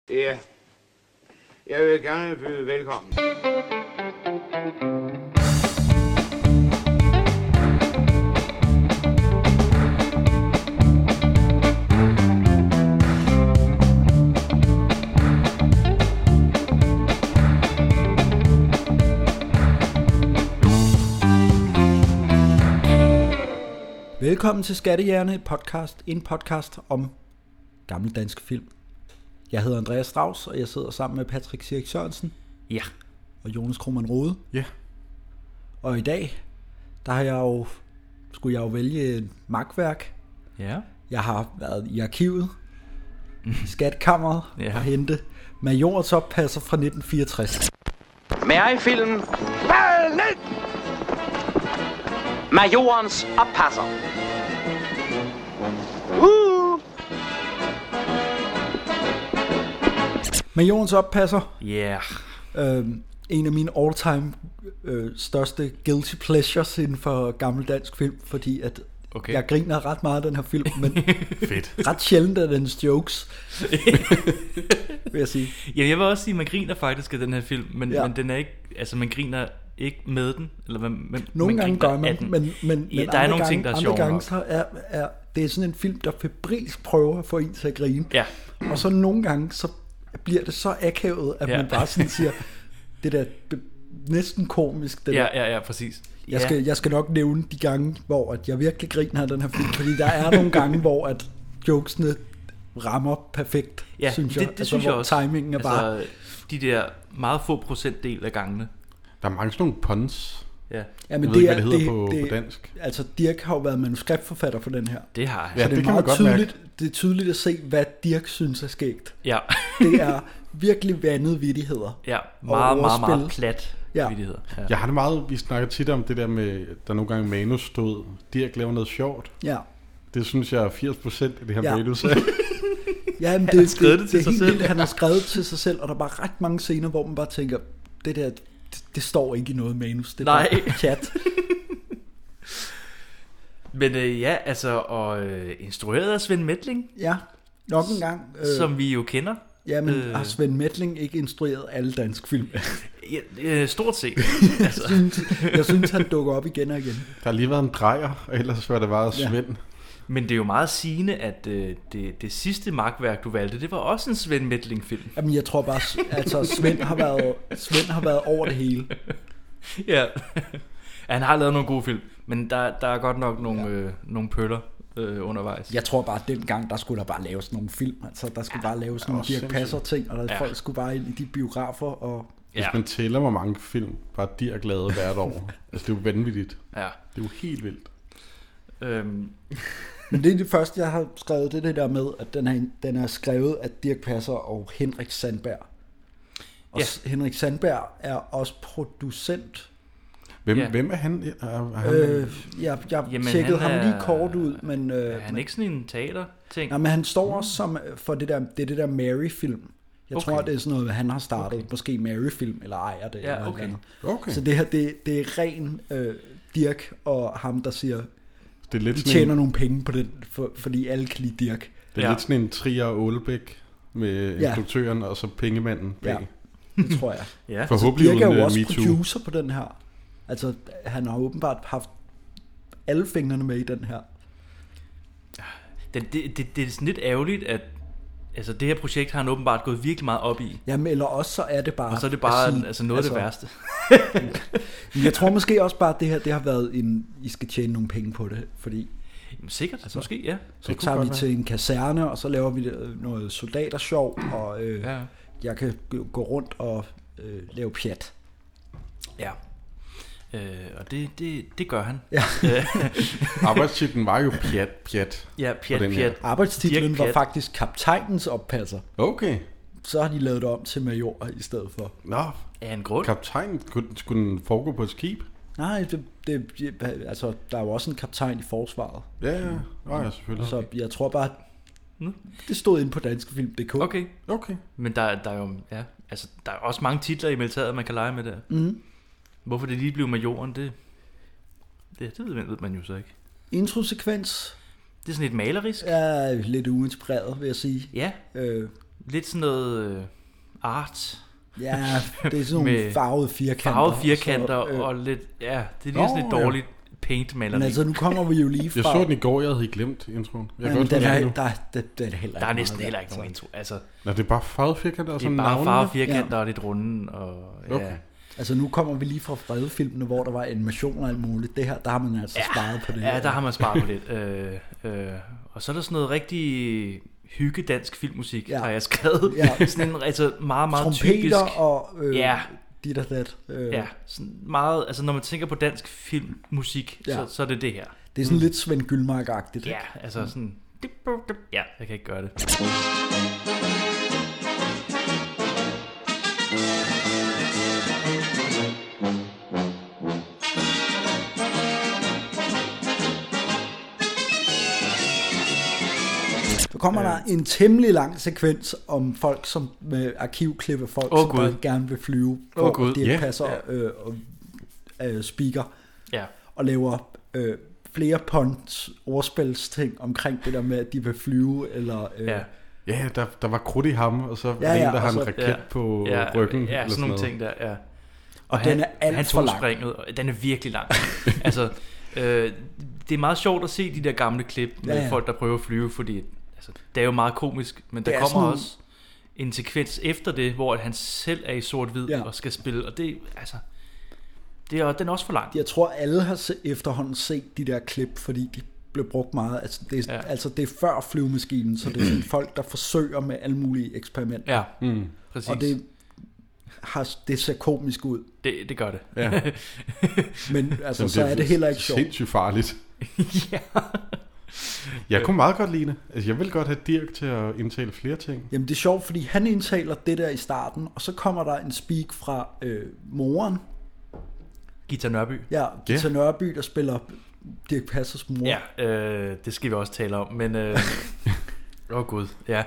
Ja, jeg vil gerne byde velkommen. Velkommen til Skattejægerne podcast, en podcast om gamle danske film. Jeg hedder Andreas Strauss, og jeg sidder sammen med Patrick Sierik Sørensen. Ja. Og Jonas Krohmann Rode. Ja. Og i dag, der har skulle jeg jo vælge et makværk. Ja. Jeg har været i arkivet, i Skattkammeret, og hente Majorens oppasser fra 1964. Mary-film. Majorens oppasser. Majorens oppasser. Ja. En af mine all-time største guilty pleasures inden for gammel dansk film, fordi at jeg griner ret meget af den her film, men fedt. Ret sjældent af dens jokes, vil jeg sige. Ja, jeg vil også sige, at man griner faktisk af den her film, men den er ikke, altså man griner ikke med den, eller nogle man gange gør man, men ja, der er nogle ting, der er sjove. Andre gange så er det er sådan en film, der febrilsk prøver at få en til at grine, og så nogle gange så bliver det så akavet, at man bare sådan siger, det der næsten komisk. Det ja, præcis. Jeg skal nok nævne de gange, hvor at jeg virkelig griner af den her film, fordi der er nogle gange, hvor at jokesene rammer perfekt, synes jeg. Det synes jeg også. Timingen er bare... de der meget få procentdel af gangene. Der er mange sådan nogle puns. Ja. Jeg ved ikke, hvad det hedder på dansk. Altså, Dirch har jo været manuskriptforfatter for den her. Det har han. Så det er meget tydeligt, det er tydeligt at se, hvad Dirch synes er skægt. Ja. Det er virkelig vandede vittigheder. Ja, meget plat vittigheder. Ja. Jeg har det meget, vi snakker tit om det der med, der nogle gange manus stod, Dirch laver noget sjovt. Ja. Det synes jeg er 80% af det her manus. Ja, men det er helt vildt, han har skrevet til sig selv, og der er bare ret mange scener, hvor man bare tænker, det der, det står ikke i noget manus. Det er bare chat. Men instrueret af Svend Methling. Ja, nok en gang. Som vi jo kender. Ja, men har Svend Methling ikke instrueret alle danske film? Stort set. Jeg synes, han dukker op igen og igen. Der har lige været en drejer, og ellers var det bare Svend. Men det er jo meget sigende, at det sidste makværk, du valgte, det var også en Svend Methling-film. Jamen, jeg tror bare, altså Svend har været over det hele. Ja, han har lavet nogle gode film, men der er godt nok nogle pøller undervejs. Jeg tror bare, at dengang, der skulle der bare laves nogle film. Altså, der skulle bare laves nogle Dirch Passer-ting, og folk skulle bare ind i de biografer. Og... Hvis man tæller, hvor mange film bare Dirch lavede hvert år. Altså, det er jo vanvittigt. Ja. Det er jo helt vildt. Men det er det første, jeg har skrevet, det der med, at den er skrevet af Dirch Passer og Henrik Sandberg. Og Henrik Sandberg er også producent. Hvem er han? Jeg tjekkede ham lige kort ud, men... han er ikke sådan en teater-ting? Nej, men han står også som for det der Mary-film. Jeg tror, det er sådan noget, han har startet. Måske Mary-film, eller ejer det. Ja, okay. Så det her, det er ren Dirch og ham, der siger... Det er lidt de tjener nogle penge på den, fordi alle kan lide Dirch. Det er lidt sådan en Trier og Aalbæk med instruktøren og så pengemanden bag. Ja, det tror jeg. Forhåbentlig Dirch er jo også producer på den her. Altså, han har åbenbart haft alle fingrene med i den her. Det er sådan lidt ærgerligt, at altså, det her projekt har han åbenbart gået virkelig meget op i. Jamen, eller også så er det bare... Og så er det bare noget af det værste. Jeg tror måske også bare, at det her det har været I skal tjene nogle penge på det, fordi... Jamen, sikkert, altså, måske, ja. Så tager vi til en kaserne, og så laver vi noget soldatersjov, og jeg kan gå rundt og lave pjat. Ja. Og det gør han. Ja. Arbejdstitlen var jo pjat. Ja, pjat. Arbejdstitlen var faktisk kaptajnens oppasser. Okay. Så har de lavet det om til major i stedet for. Nå. Er en grund? Kaptajn, skulle den foregå på et skib? Nej, altså, der er jo også en kaptajn i forsvaret. Ja, selvfølgelig. Så jeg tror bare, det stod inde på danskefilm.dk. Okay. Men der er jo, altså, der er også mange titler i militæret, man kan lege med der. Mm. Hvorfor det lige blev majoren, det ved man jo så ikke. Introsekvens. Det er sådan lidt malerisk. Ja, lidt uinspireret, vil jeg sige. Ja. lidt sådan noget art. Ja, det er sådan nogle farvede firkanter. Farvede firkanter og lidt, ja, det er lige sådan lidt dårligt paintmaleri. Men altså, nu kommer vi jo lige fra... Jeg så den i går, jeg havde glemt introen. Der er næsten heller ikke nogen intro. Altså, nå, det er bare farvede firkanter og sådan navne. Det er bare farvede firkanter ja. og lidt runde. Og, ja. Okay. Altså, nu kommer vi lige fra fredefilmene, hvor der var animation og alt muligt. Det her, der har man altså sparet på det. Ja, der har man sparet på lidt. Og så er der sådan noget rigtig hygge dansk filmmusik, har jeg skrevet. Ja. Sådan en altså meget, meget typisk... Trompeter og dit og dat. Ja, sådan meget... Altså, når man tænker på dansk filmmusik, så er det her. Det er sådan lidt Svend Gyldmark-agtigt. Ja, altså sådan... Ja, jeg kan ikke gøre det. Så kommer der en temmelig lang sekvens om folk, som med arkivklip af folk, som bare gerne vil flyve, hvor det passer speaker, og laver flere punch ordspilsting omkring det der med, at de vil flyve, eller... Ja, der var krudt i ham, og så en, der har en raket på ryggen. Ja, eller sådan nogle ting der, ja. Og den er alt for lang. Springet, og den er virkelig lang. Altså, det er meget sjovt at se de der gamle klip med folk, der prøver at flyve, fordi altså, det er jo meget komisk, men der kommer også en sekvens efter det, hvor han selv er i sort-hvid og skal spille, og det altså... den er også for lang. Jeg tror, alle har efterhånden set de der klip, fordi de blev brugt meget. Altså, det er før flyvemaskinen, så det er sådan folk, der forsøger med alle mulige eksperimenter. Ja, præcis. Og det ser komisk ud. Det gør det. Ja. Men altså, så er det heller ikke sjovt. Sindssygt farligt. Ja. Jeg kunne meget godt lide det. Altså, jeg vil godt have Dirch til at indtale flere ting. Jamen, det er sjovt, fordi han indtaler det der i starten, og så kommer der en speak fra moren. Gita Nørby. Ja, Gita Nørby, der spiller Dirch Passers mor. Ja, det skal vi også tale om, men... gud, ja.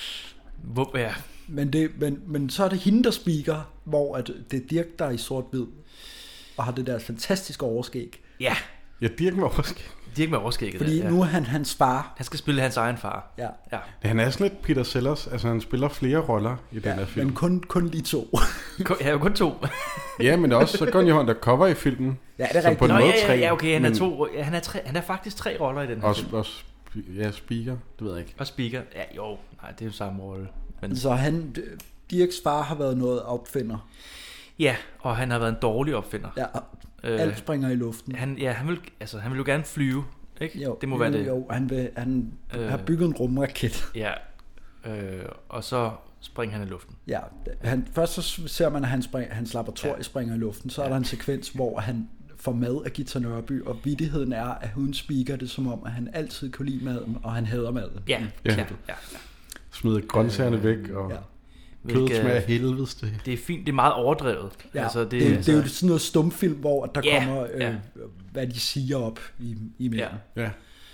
Men så er det hende, der speaker, hvor at det er Dirch, der er i sort-hvid, og har det der fantastiske overskæg. Ja. Ja, Dirch med overskæg. Dirch med overskægget. Fordi nu er han hans far. Han skal spille hans egen far. Ja. Han er sådan lidt Peter Sellers, altså han spiller flere roller i den her film. Men kun de to. Ja, kun to. Ja, men også så går han jo undercover i filmen. Ja, det er rigtigt. Ja, okay, han er faktisk 3 roller i den her film. Også speaker, det ved jeg ikke. Og speaker, det er jo samme rolle. Men... Så Dirchs far har været noget opfinder. Ja, og han har været en dårlig opfinder. Ja, alt springer i luften. Han vil jo gerne flyve, ikke? Jo, det må være det. Jo, han har bygget en rumraket. Ja, og så springer han i luften. Ja, først så ser man, at hans laboratorie springer i luften. Så er der en sekvens, hvor han får mad af Gita Nørby, og vittigheden er, at hun speaker det som om, at han altid kunne lide maden, og han hader maden. Ja. Smider grøntsagerne væk, og kødet smager helvedes det. Det er fint, det er meget overdrevet. Ja, altså, det er jo sådan noget stumfilm, hvor der kommer, hvad de siger op i midten. Ja.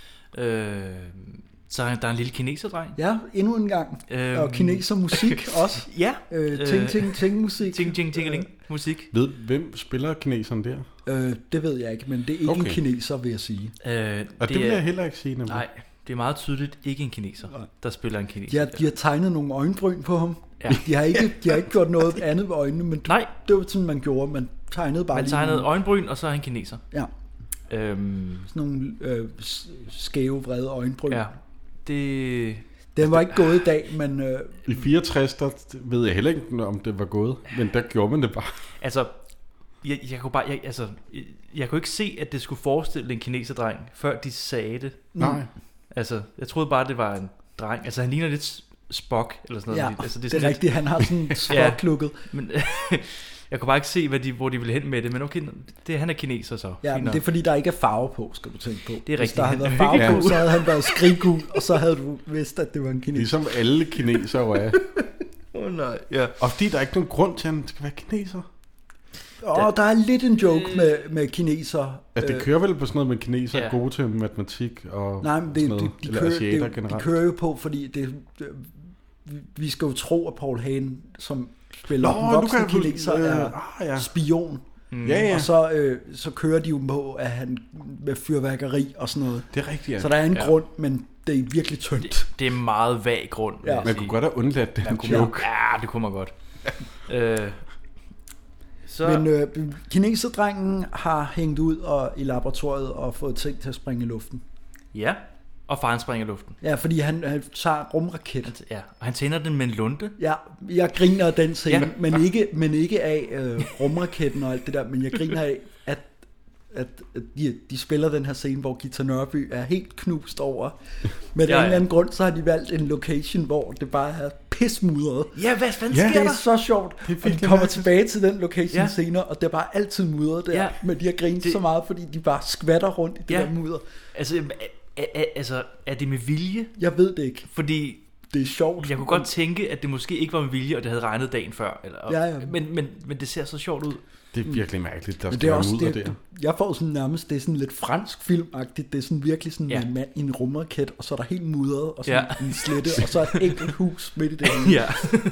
Så der er en lille kineserdreng. Ja, endnu en gang. Og kinesermusik også. Ja. Ting musik. Ting musik. Ved hvem spiller kineseren der? Det ved jeg ikke, men det er ikke en kineser, vil jeg sige. Og det vil jeg heller ikke sige. Nej, det er meget tydeligt ikke en kineser, der spiller en kineser. Ja, de har tegnet nogle øjenbryn på ham. Ja. De har ikke gjort noget andet ved øjnene, men det var sådan, man gjorde. Man tegnede bare øjenbryn, og så er han kineser. Ja. Sådan nogle skæve, vrede øjenbryn. Ja. Den var ikke gået i dag, men... I 64, der ved jeg heller ikke, om det var gået, men der gjorde man det bare. Altså, jeg kunne ikke se, at det skulle forestille en kineserdreng, før de sagde det. Nej. Altså, jeg troede bare, det var en dreng. Altså, han ligner lidt Spock, eller sådan noget. Ja, altså, det er rigtigt, han har sådan Spock-lukket. Men jeg kunne bare ikke se, hvor de ville hen med det, men okay, han er kineser så. Ja, men det er fordi, der ikke er farve på, skal du tænke på. Det er rigtigt. Hvis der havde været farve på, så havde han været skriggul, og så havde du vidst, at det var en kineser. Ligesom alle kinesere er. Nej, ja. Og fordi der er ikke nogen grund til, at han skal være kineser. Der er lidt en joke med kineser. Altså, det kører vel på sådan noget med kineser er gode til matematik og nej, men de kører jo på, fordi vi skal jo tro, at Paul Hagen, som spiller den voksne kineser, er spion. Og så kører de jo på, at han med fyrværkeri og sådan noget. Det er rigtigt, ja. Så der er en grund, men det er virkelig tyndt. Det er meget vag grund. Ja. Man kunne godt have undladt det. Ja, det kunne man godt. Men kineserdrengen har hængt ud i laboratoriet og fået ting til at springe i luften. Ja, og faren springer i luften. Ja, fordi han tager rumraket. Ja, og han tænder den med en lunte. Ja, jeg griner af den scene, men ikke af rumraketten og alt det der, men jeg griner af, at de spiller den her scene, hvor Gita Nørby er helt knust over. Men af en eller anden grund, så har de valgt en location, hvor det bare er pismudret. Ja, hvad sker der? Det er så sjovt. Og de kommer tilbage til den location senere, og det er bare altid mudret der. Men de har grinet så meget, fordi de bare skvatter rundt i det der mudder. Altså, er det med vilje? Jeg ved det ikke. Fordi det er sjovt. Jeg kunne godt tænke, at det måske ikke var med vilje, og det havde regnet dagen før. Men det ser så sjovt ud. Det er virkelig mærkeligt, der skal være mudder der. Jeg får sådan nærmest, det er sådan lidt fransk filmagtigt. Det er sådan virkelig sådan en mand i en rumraket, og så er der helt mudret, og så en slette, og så et enkelt hus midt i det. Ja,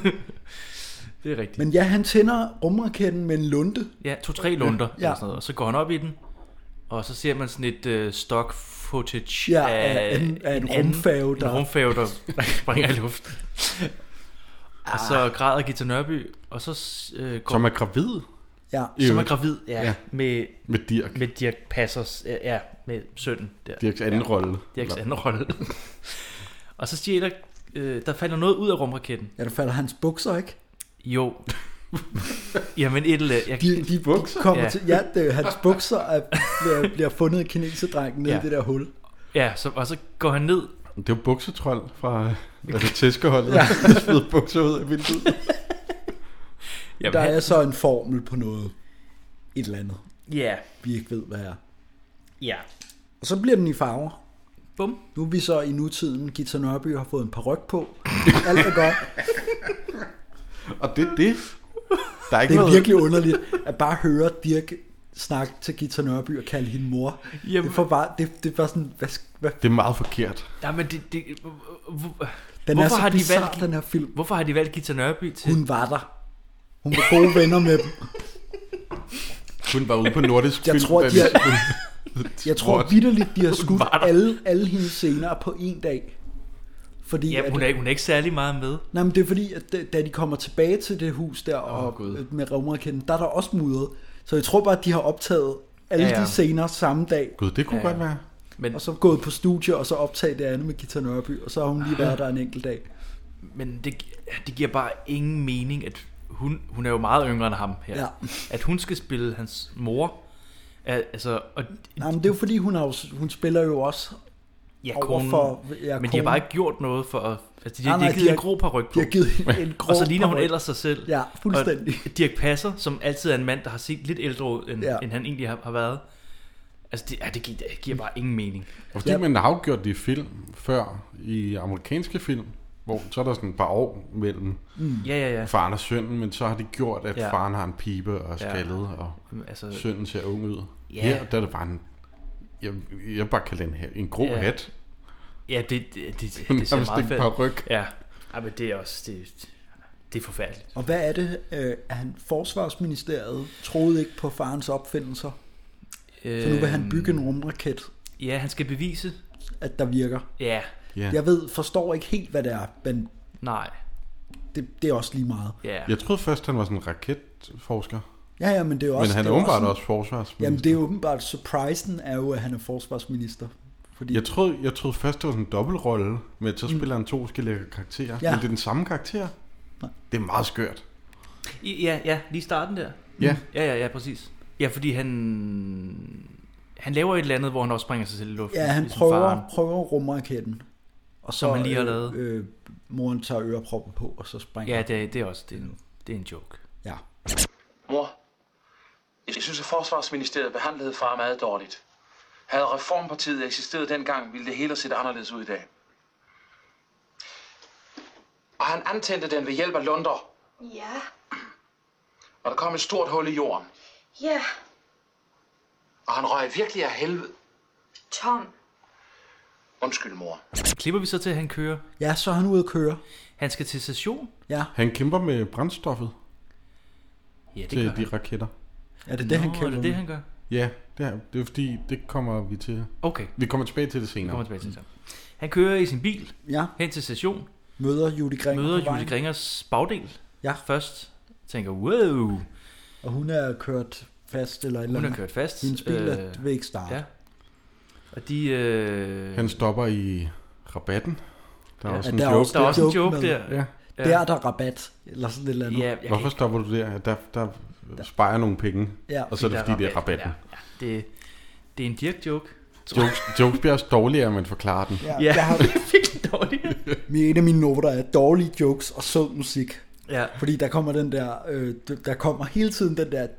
det er rigtigt. Men ja, han tænder rumraketten med en lunte. Ja, 2-3 lunter, eller sådan noget, og så går han op i den, og så ser man sådan et stock footage af en rumfærge, der springer i luften. Og så græder Gita Nørby, og så som er gravid. Ja, som er gravid, med Dirch. Med Dirch Passers, med sønnen der. Dirchs anden rolle. Dirchs anden rolle. Og så siger der falder noget ud af rumraketten. Ja, der falder hans bukser, ikke? Jo. Jamen et eller andet. De bukser? Kommer til, hans bukser bliver fundet af kineserdrengen nede i det der hul. Ja, og så går han ned. Det er jo buksetrol fra tæskeholdet, der smider bukser ud af vinduet. Jamen, der er så en formel på noget, et eller andet, vi ikke ved, hvad er. Ja. Og så bliver den i farver. Bum. Nu er vi så i nutiden. Gita Nørby har fået en paryk på. Alt er godt. Og det er det. Der er ikke det er noget... virkelig underligt at bare høre Dirch snakke til Gita Nørby og kalde hende mor. Jamen, det er bare sådan... Hvad? Det er meget forkert. Ja, men den er så bizarre, den her film. Hvorfor har de valgt Gita Nørby til? Hun var der. Hun var gode venner med dem. Hun var ude på nordisk film. Jeg tror vitterligt, de har skudt alle hendes scener på en dag. Fordi hun er ikke særlig meget med. Nej, men det er fordi, at da de kommer tilbage til det hus der og med rumraketten, der er der også mudret. Så jeg tror bare, at de har optaget alle de scener samme dag. Gud, det kunne godt være. Men, og så gået på studie, og så optaget det andet med Gita Nørby, og så har hun lige været der en enkelt dag. Men det giver bare ingen mening, at hun er jo meget yngre end ham her. Ja. At hun skal spille hans mor. Altså, nej, men det er jo fordi, hun spiller jo også overfor... Men de har bare ikke gjort noget for at... Altså, de har givet en grå paryk på. De har givet en grå og så ligner hun ellers sig selv. Ja, fuldstændig. Og Dirch Passer, som altid er en mand, der har set lidt ældre ud, end han egentlig har været. Altså, det giver bare ingen mening. Og fordi man har jo gjort det i film før, i amerikanske film, hvor så er der sådan et par år mellem faren og sønnen, men så har de gjort, at faren har en pibe og skaldet, og sønnen ser ung ud. Ja. Her der er det bare en... Jeg bare kalder den her en grå hat. Ja, det ser meget fedt. Paryk. Ja, men det er også... Det er forfærdeligt. Og hvad er det, Forsvarsministeriet troede ikke på farens opfindelser? Så nu vil han bygge en rumraket. Ja, han skal bevise, at der virker. Ja. Jeg forstår ikke helt, hvad det er, men... Nej. Det er også lige meget. Ja. Jeg troede først, han var sådan en raketforsker. Ja, men det er jo også... Men han er åbenbart også forsvarsminister. Jamen, det er åbenbart... Surprisen er jo, at han er forsvarsminister. Fordi... Jeg troede først, det var sådan en dobbeltrolle, men så spiller han 2 forskellige karakterer. Ja. Men det er den samme karakter. Nej. Det er meget skørt. Ja, lige starten der. Ja. Ja, præcis. Ja, fordi han laver et eller andet, hvor han også springer sig selv i luften. Ja, han prøver rumraketten. Og så man lige har lavet. Moren tager ørepropper på, og så springer. Ja, det er også det er en joke. Ja. Mor, jeg synes, at Forsvarsministeriet behandlede far meget dårligt. Havde Reformpartiet eksisteret dengang, ville det hele set anderledes ud i dag. Og han antændte den ved hjælp af lunder. Ja. Og der kom et stort hul i jorden. Ja. Og han røg virkelig af helvede. Tom. Undskyld, mor. Klipper vi så til, at han kører? Ja, så er han ude at køre. Han skal til station? Ja. Han kæmper med brændstoffet. Ja, det til gør de raketter. Er det det, han kæmper med? Er det det, han gør? Ja, det er fordi, det kommer vi til. Okay. Vi kommer tilbage til det senere. Han kører i sin bil hen til station. Møder Judy Gringers bagdel. Ja. Først tænker, wow. Og hun er kørt fast eller Hun er kørt fast. Hendes bil vil ikke starte. Ja. Og de... Han stopper i rabatten. Der er også en joke. Der er også en joke der. Ja. Der er der rabat, eller sådan et eller andet. Ja, hvorfor stopper du der? Der sparer nogle penge, og så er det fordi, det er rabatten. Ja. Det er en dirk-joke. Jokes bliver også dårligere, man forklarer den. Ja, jeg har virkelig dårligere. En af mine noter er dårlige jokes og sød musik. Ja. Fordi der kommer den der, der kommer hele tiden den der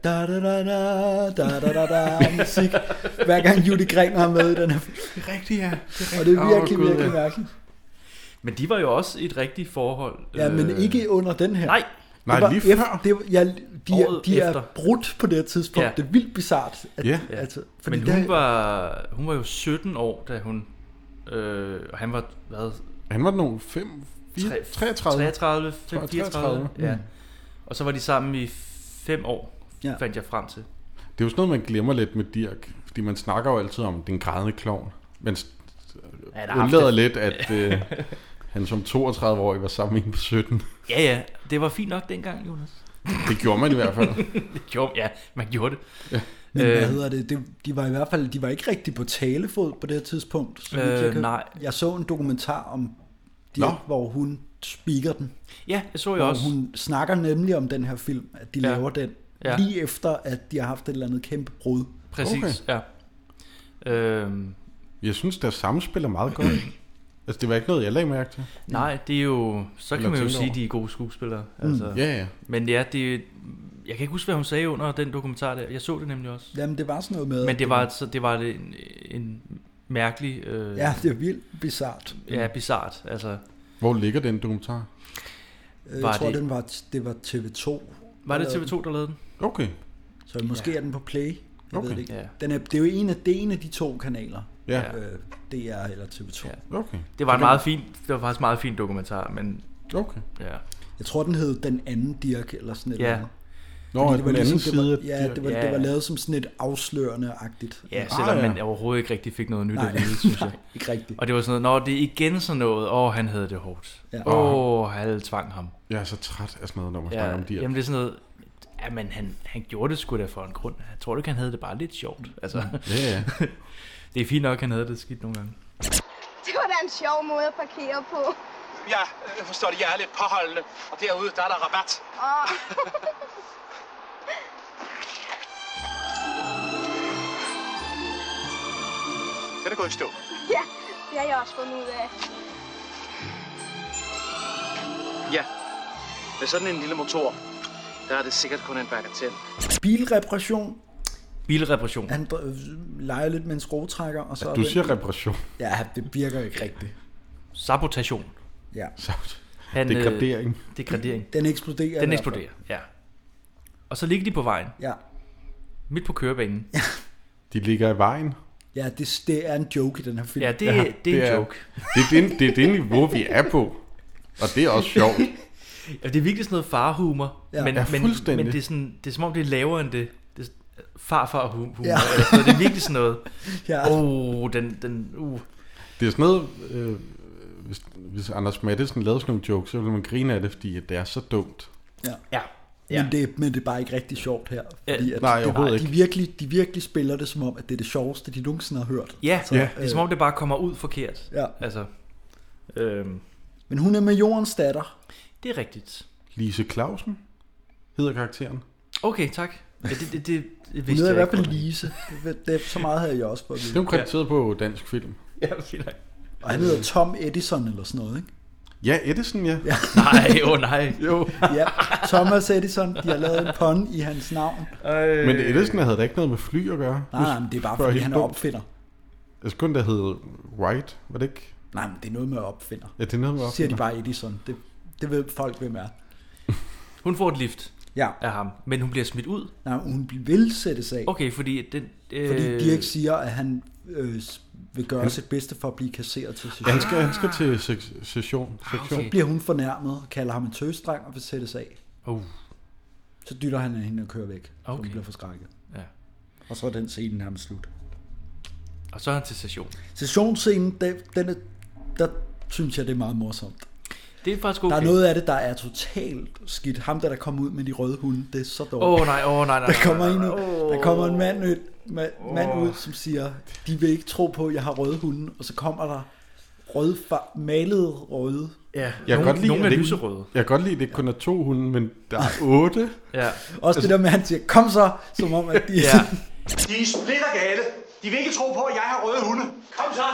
da musik, hver gang Judy Gringer er med i den her. Det er rigtigt, ja. Og det er virkelig, virkelig mærkeligt. Men de var jo også i et rigtigt forhold. Ja, men ikke under den her. Nej, lige før. De er brudt på det her tidspunkt. Ja. Det er vildt bizart. Altså, men hun var jo 17 år, da hun... og han var... Hvad? Han var nogen 33, 34. Ja. Og så var de sammen i 5 år, fandt jeg frem til. Det er jo sådan noget, man glemmer lidt med Dirch. Fordi man snakker jo altid om den grædende klovn. Men undlader lidt, at han som 32-årig var sammen med en på 17. Ja, det var fint nok dengang, Jonas. Det gjorde man i hvert fald. Man gjorde det. Ja. Men hvad hedder det? De var i hvert fald, de var ikke rigtig på talefod på det her tidspunkt. Nej. Jeg så en dokumentar om Dirch, hvor hun speaker den. Ja, det så jeg også. Hun snakker nemlig om den her film, at de laver den lige efter, at de har haft et eller andet kæmpe brud. Præcis, Jeg synes, der samspiller meget godt. Altså, det var ikke noget, jeg lagde mærke til. Nej, det er jo... Så kan man jo sige, at de er gode skuespillere. Altså. Ja. Men ja, det... Jeg kan ikke huske, hvad hun sagde under den dokumentar der. Jeg så det nemlig også. Jamen, det var sådan noget med... Men det var en mærkelig... Ja, det er vildt bizart. Ja, bizart. Altså... Hvor ligger den dokumentar? Jeg tror, det var TV2. Var det TV2, der lavede den? Okay. Så måske er den på Play. Jeg ved det ikke. Ja. Det er jo en af de 2 kanaler. Ja. DR eller TV2. Ja. Okay. Det var faktisk en meget fin dokumentar, men... Okay. Ja. Jeg tror, den hed Den anden Dirch, eller sådan et eller andet. Nå, det var den anden side. Det var lavet som sådan et afslørende-agtigt. Ja, selvom man overhovedet ikke rigtig fik noget nyt at vide, synes jeg. Ikke rigtigt. Og det var sådan noget, det er igen sådan noget, han havde det hårdt. Han tvang ham. Jeg er så træt af sådan noget, når man snakker om Dirch. Jamen det er sådan noget, men han gjorde det sgu da for en grund. Jeg tror ikke, han havde det bare lidt sjovt. Altså, ja. Det er fint nok, han havde det skidt nogle gange. Det var da en sjov måde at parkere på. Ja, jeg forstår det. Jeg er lidt påholdende. Og derude, der er der rabat. Den er gået i stå. Ja, det har jeg også fundet ud af. Ja, med sådan en lille motor, der er det sikkert kun en bagatel. Bilreparation. Han leger lidt med en skruetrækker. Og så du siger reparation. Ja, det virker ikke rigtigt. Sabotation. Ja. Degradering. Den eksploderer. Den eksploderer, ja. Og så ligger de på vejen. Ja. Midt på kørebanen. Ja. De ligger i vejen. Ja, det er en joke i den her film. Ja, det er en joke. Det er det niveau, vi er på. Og det er også sjovt. Ja, det er virkelig sådan noget farhumor. Ja. Men det er sådan, det er som om det er lavere end det. Det er farfar-humor. Ja. Det er virkelig sådan noget. Ja. Det er sådan noget... Hvis Anders Matthesen lavede sådan nogle jokes, så ville man grine af det, fordi det er så dumt. Ja. Men det er bare ikke rigtig sjovt her. Fordi ikke. De virkelig spiller det som om, at det er det sjoveste, de nogensinde har hørt. Ja, det er som om det bare kommer ud forkert. Ja. Altså, men hun er Majorens datter. Det er rigtigt. Lise Clausen hedder karakteren. Okay, tak. Ja, det hun hedder i hvert fald Lise. Det så meget havde jeg også på. Det er hun krediteret på dansk film. Ja, fint. Og han hedder Tom Edison eller sådan noget, ikke? Ja, Edison, ja. Nej. Jo. Ja, Thomas Edison. De har lavet en pun i hans navn. Men Edison havde da ikke noget med fly at gøre. Nej, men det er bare fordi han opfinder. Jeg skulle da hedde Wright, var det ikke? Nej, men det er noget med opfinder. Ja, det er noget med opfinder. Siger de bare Edison. Det ved folk, hvem er. Hun får et lift af ham, men hun bliver smidt ud. Nej, hun vil sættes af. Okay, fordi Dirch siger, at han vil gøre sit bedste for at blive kasseret til session. Ja, han skal til session. Så bliver hun fornærmet og kalder ham en tøsdreng og vil sættes af. Så dytter han hende og kører væk, så hun bliver forskrækket. Ja. Og så er den scene nærmest slut. Og så er han til station. Stationsscenen, der synes jeg, det er meget morsomt. Det er faktisk okay. Der er noget af det, der er totalt skidt. Ham der kommer ud med de røde hunde, det er så dårligt. Nej. Der kommer en mand ud, som siger, de vil ikke tro på, at jeg har røde hunde. Og så kommer der malede røde. Ja, nogle er lyserøde. Jeg kan godt lide, at det ikke kun er 2 hunde, men der er 8. Ja. Også det der med, at han siger, kom så, som om at de De er splitter gale. De vil ikke tro på, at jeg har røde hunde. Kom så!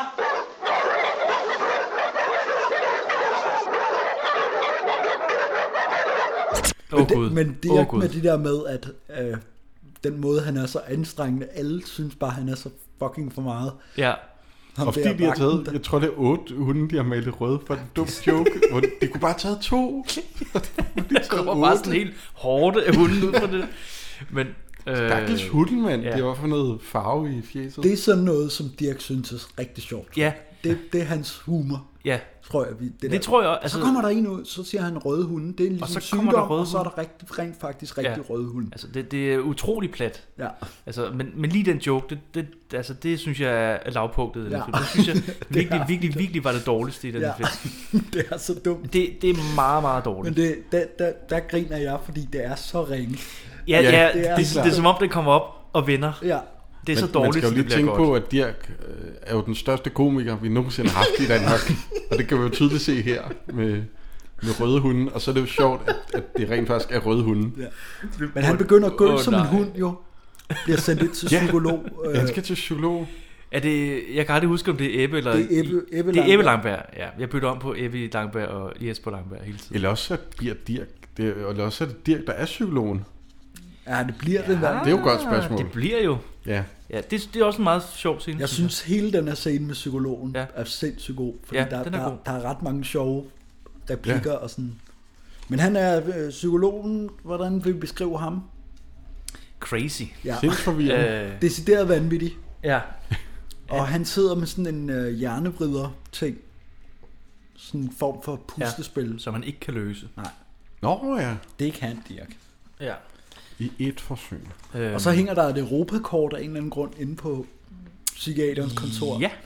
Men det er med det der med, at den måde, han er så anstrengende, alle synes bare, han er så fucking for meget. Ja. Og fordi de har taget, jeg tror det er 8 hunde, de har malet røde for en dum joke. De kunne bare have taget 2. Der kommer bare sådan helt hårdt af hunden ud fra det. Men stakkels hunden, mand. Det var for noget farve i fjeset. Det er sådan noget, som Dirch synes er rigtig sjovt. Ja. Det er hans humor. Ja. Tror jeg. Det tror jeg også. Så kommer der en ud, så siger han røde hunde. Det er en ligesom sygdom, og så er der rent faktisk rigtig røde hunde. Altså det er utrolig plat. Ja. Altså, men lige den joke, det synes jeg er lavpunktet. Ja. Det synes jeg virkelig var det dårligste i den film. Det er så dumt. Det er meget, meget dårligt. Men der griner jeg, fordi det er så ringe. Ja, det er som om det kommer op og vender. Ja. Det er så dårligt, man skal jo lige tænke på, at Dirch er jo den største komiker, vi nogensinde har haft i Danmark. Og det kan vi jo tydeligt se her med røde hunde. Og så er det jo sjovt, at det rent faktisk er røde hunde. Ja. Men han begynder at gå som en hund jo. Bliver sendt ind til psykolog. Han skal til psykolog. Er det, jeg kan aldrig huske, om det er Ebbe eller... Det er Ebbe Langberg, ja. Jeg bytter om på Ebbe Langberg og Jesper Langberg hele tiden. Eller også bliver Dirch. Eller også er det Dirch, der er psykologen. Ja, det bliver det. Det er jo et godt spørgsmål. Det bliver jo. Ja. Ja, det er også en meget sjov scene. Jeg synes hele den her scene med psykologen er sindssygt god, fordi der er ret mange sjove replikker og sådan. Men han er psykologen, hvordan vil vi beskrive ham? Crazy. Ja. Sindsforvirrende. Decideret vanvittig. Ja. Og han sidder med sådan en hjernevrider ting. Sådan en form for puslespil. Som han ikke kan løse. Nej. Nå ja. Det kan Dirch. Ja. I et forsøg. Og så hænger der et Europakort af en eller anden grund inde på psykiaterens kontor. Ja.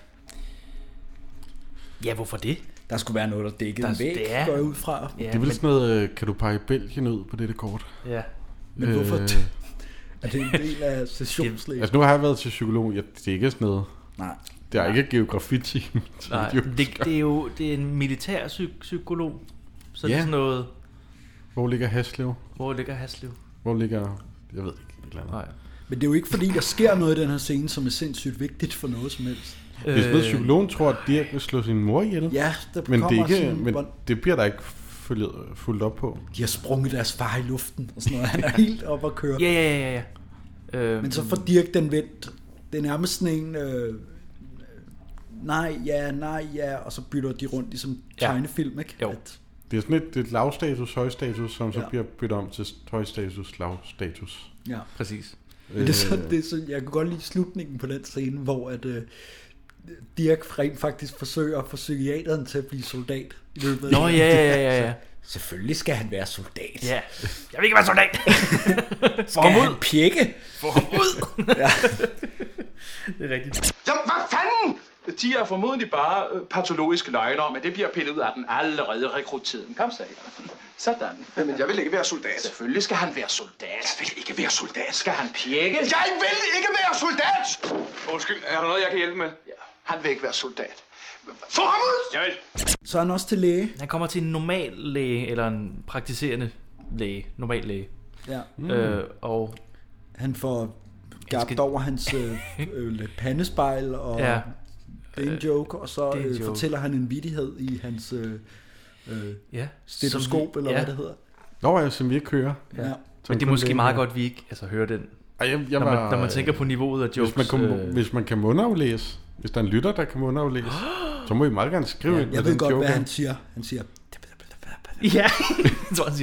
Ja, hvorfor det? Der skulle være noget, der dækkede en væg, går jeg ud fra. Ja, det er vel sådan noget, kan du pege Belgien ud på dette kort? Ja. Men hvorfor? Er det en del af sessionslægen? Altså nu har jeg været til psykolog, det er ikke sådan noget. Nej. Det er ikke geografi-team. Nej, det er jo en militær psykolog. Så det er sådan noget... Hvor ligger Haslev? Hvor ligger... Jeg ved ikke. Et eller andet. Nej. Men det er jo ikke fordi, der sker noget i den her scene, som er sindssygt vigtigt for noget som helst. Hvis psykologen tror, at Dirch vil slå sin mor ihjel. Ja, men det, ikke, men det bliver der ikke fuldt op på. De har sprunget deres far i luften og sådan noget. Han er helt op at køre. Ja. Men så får Dirch den vendt. Det er nærmest sådan en... nej, ja, og så bytter de rundt ligesom tegnefilm, ikke? Jo. Det er sådan et lavstatus, højstatus, som så bliver byttet om til højstatus, lavstatus. Ja, præcis. Men det er så, jeg kan godt lide slutningen på den scene, hvor at Dirch rent faktisk forsøger at få psykiateren til at blive soldat. Nå, ja. Selvfølgelig skal han være soldat. Ja. Jeg vil ikke være soldat. Skal han pjekke? Få ham ud. Ja. Det er rigtigt. Jamen, hvad fanden? De er formodentlig bare patologiske løgner, men det bliver pillet ud af den allerede rekruttiden. Kom så, sådan. Men jeg vil ikke være soldat. Selvfølgelig skal han være soldat. Jeg vil ikke være soldat. Skal han pjekke? Jeg vil ikke være soldat! Undskyld, er der noget, jeg kan hjælpe med? Ja. Han vil ikke være soldat. Få ham ud! Jeg vil. Så er han også til læge. Han kommer til en normal læge, eller en praktiserende læge. Normal læge. Ja. Og han får gabt over hans pandespejl, og det er en joke, og så fortæller han en vittighed i hans stetoskop, eller hvad det hedder. Nå, ja, som vi ikke hører. Ja. Men det er måske meget godt, vi ikke hører den. Når man tænker på niveauet af jokes. Hvis man kan mundaflæse, hvis der er en lytter, der kan mundaflæse, så må I meget gerne skrive ind. Jeg ved godt, hvad han siger. Han siger... Ja, så han siger...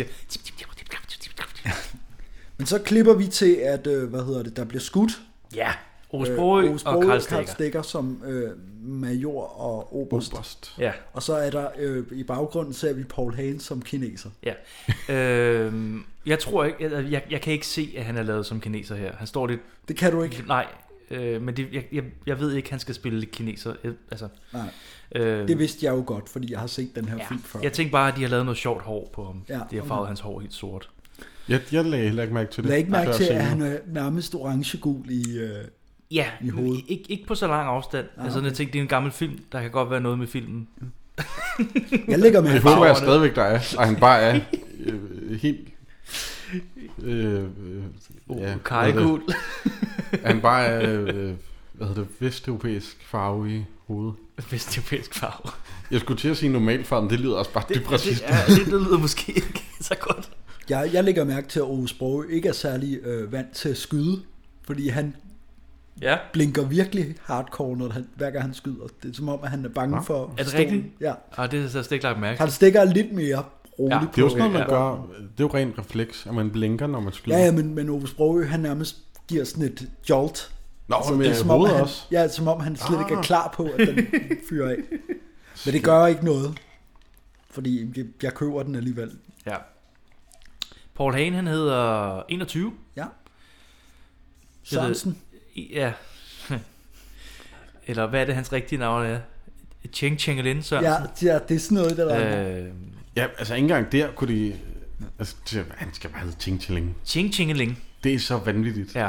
Men så klipper vi til, at der bliver skudt. Ja, Osbro og Karl Stikker som major og oberst. Ja. Og så er der i baggrunden ser vi Paul Hagen som kineser. Ja. Jeg tror ikke, jeg kan ikke se, at han er lavet som kineser her. Han står lidt... Det kan du ikke? Nej, men jeg ved ikke, han skal spille kineser. Altså, nej, det vidste jeg jo godt, fordi jeg har set den her film før. Jeg tænkte bare, at de har lavet noget sjovt hår på ham. Ja, de har farvet hans hår helt sort. Jeg lagde heller ikke mærke til det. Jeg lagde ikke mærke til, at han er nærmest orange-gul i hovedet. Ikke på så lang afstand. Altså, jeg tænkte, det er en gammel film. Der kan godt være noget med filmen. Jeg lægger med. Det håber jeg stadigvæk, der er. Og han bare er helt... kajegul. Han bare er... vesteuropæisk farve i hovedet. Vesteuropæisk farve. Jeg skulle til at sige normalfarven, det lyder også bare dybt præcist. Det lyder måske ikke så godt. Jeg lægger mærke til, at Ove Sprogøe ikke er særlig vant til at skyde, fordi han blinker virkelig hardcore, hver gang han skyder. Det er som om, at han er bange for... Er det rigtigt? Ja. Det er så slet ikke lagt mærke. Han stikker lidt mere roligt på. Det er jo sådan noget, man gør. Det er jo ren refleks, at man blinker, når man skyder. Ja, men Ove Sprogøe, han nærmest giver sådan et jolt. Nå, altså, med hovedet også. Ja, som om han slet ikke er klar på, at den fyrer af. Men det gør ikke noget, fordi jeg køber den alligevel. Ja. Paul Hagen, han hedder 21. Ja. Sørensen. Ja. Eller hvad er det, hans rigtige navn er? Cheng Chengelin Sørensen. Ja, det er sådan noget, der ja, altså ikke engang der kunne de... Altså, han skal bare hedde Cheng Chengeling. Cheng Chengeling. Det er så vanvittigt. Ja.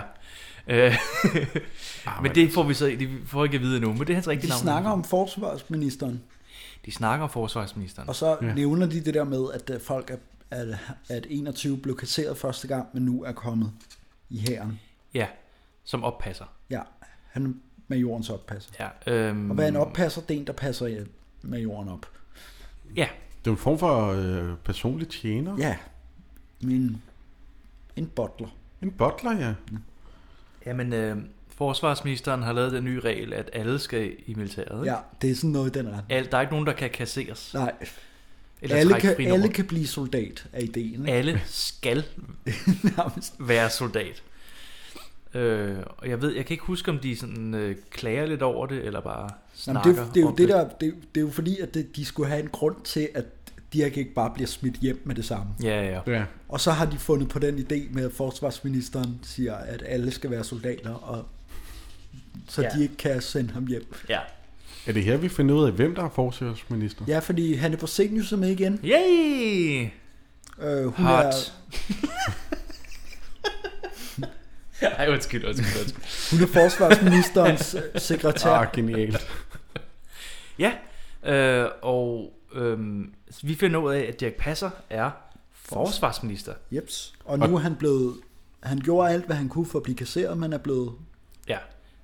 Men det får vi så ikke at vide endnu. Men det er hans rigtige navn. De snakker om forsvarsministeren. Og så nævner de det der med, at folk at 21 blev kasseret første gang, men nu er kommet i hæren. Ja, som oppasser. Ja, han er majorens oppasser. Ja, og hvad er en oppasser? Det er en, der passer majoren op. Ja. Det er en form for personlig tjener. Ja, men en butler. En butler, ja. Jamen, forsvarsministeren har lavet den nye regel, at alle skal i militæret. Ja, det er sådan noget, den er. Der er ikke nogen, der kan kasseres. Nej. Eller alle kan blive soldat af ideen. Ikke? Alle skal være soldat. Og jeg kan ikke huske, om de sådan klager lidt over det, eller bare snakker. Jamen, det er jo fordi, at de skulle have en grund til, at de ikke bare bliver smidt hjem med det samme. Ja. Og så har de fundet på den idé med, at forsvarsministeren siger, at alle skal være soldater, og så de ikke kan sende ham hjem. Ja. Er det her, vi finder ud af, hvem der er forsvarsminister? Ja, fordi Hanne Forsenius er med igen. Yay! Hun Hot. Ej, undskyld. Hun er forsvarsministerens sekretær. Genialt. Ja, og vi finder ud af, at Dirch Passer er forsvarsminister. Jeps. Og nu er han blevet... Han gjorde alt, hvad han kunne for at blive kasseret, men er blevet... Ja.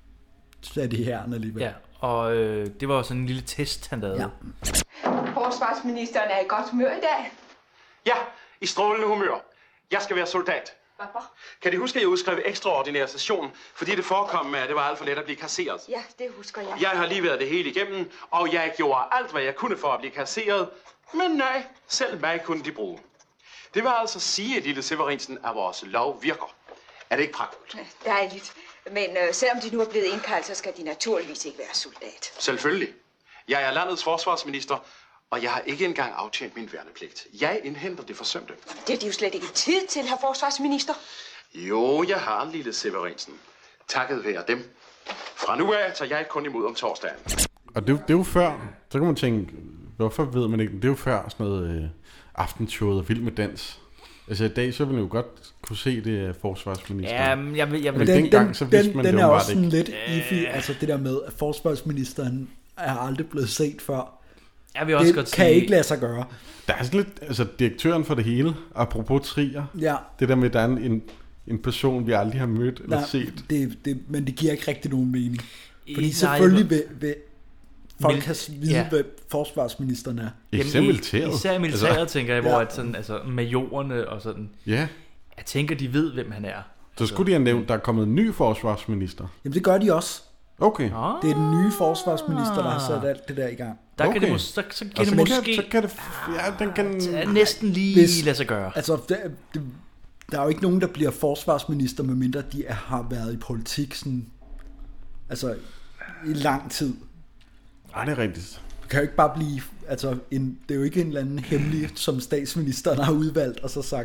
Sat i hæren alligevel. Ja, og det var sådan en lille test, han lavede. Ja. Forsvarsministeren er i godt humør i dag. Ja, i strålende humør. Jeg skal være soldat. Hvorfor? Kan de huske, at jeg udskrev ekstraordinær session, fordi det forekom med, at det var alt for let at blive kasseret? Ja, det husker jeg. Jeg har lige været det hele igennem, og jeg gjorde alt, hvad jeg kunne for at blive kasseret. Men nej, selv mig kunne de bruge. Det vil altså sige, lille Severinsen, at vores lov virker. Er det ikke pragtfuldt? Dejligt. Men selvom de nu er blevet indkaldt, så skal de naturligvis ikke være soldat. Selvfølgelig. Jeg er landets forsvarsminister, og jeg har ikke engang aftjent min værnepligt. Jeg indhenter det forsømte. Det er de jo slet ikke tid til, herr forsvarsminister. Jo, jeg har, lille Severinsen. Takket være dem. Fra nu af tager jeg kun imod om torsdagen. Og det er jo før, så kan man tænke, hvorfor ved man ikke, det er jo før sådan noget aftenshowet og Vild med dans. Altså i dag, så vil man jo godt kunne se det af forsvarsministeren. Ja, jeg men dengang, så vidste man det jo bare ikke. Den er også lidt iffy, altså det der med, at forsvarsministeren er aldrig blevet set før. Jeg vil også det godt kan sige... ikke lade sig gøre. Der er sådan lidt, altså direktøren for det hele, apropos Trier, ja. Det der med, at der er en person, vi aldrig har mødt eller set. Men det giver ikke rigtig nogen mening. Fordi selvfølgelig vil folk kan vide, hvad forsvarsministeren er. Især militæret. Især militæret, tænker jeg, hvor at sådan, altså majorerne og sådan. Ja. Jeg tænker, de ved, hvem han er. Så skulle de have nævnt, der er kommet en ny forsvarsminister. Jamen det gør de også. Okay. Det er den nye forsvarsminister, der har sat alt det der i gang. Der kan det, så kan det måske... Så kan det, ja, den kan... næsten lige lade sig gøre. Altså, der er jo ikke nogen, der bliver forsvarsminister, medmindre de har været i politik sådan, altså, i lang tid. Nej, det er rigtigt. Det kan jo ikke bare blive, altså, det er jo ikke en eller anden hemmelig, som statsministeren har udvalgt, og så sagt,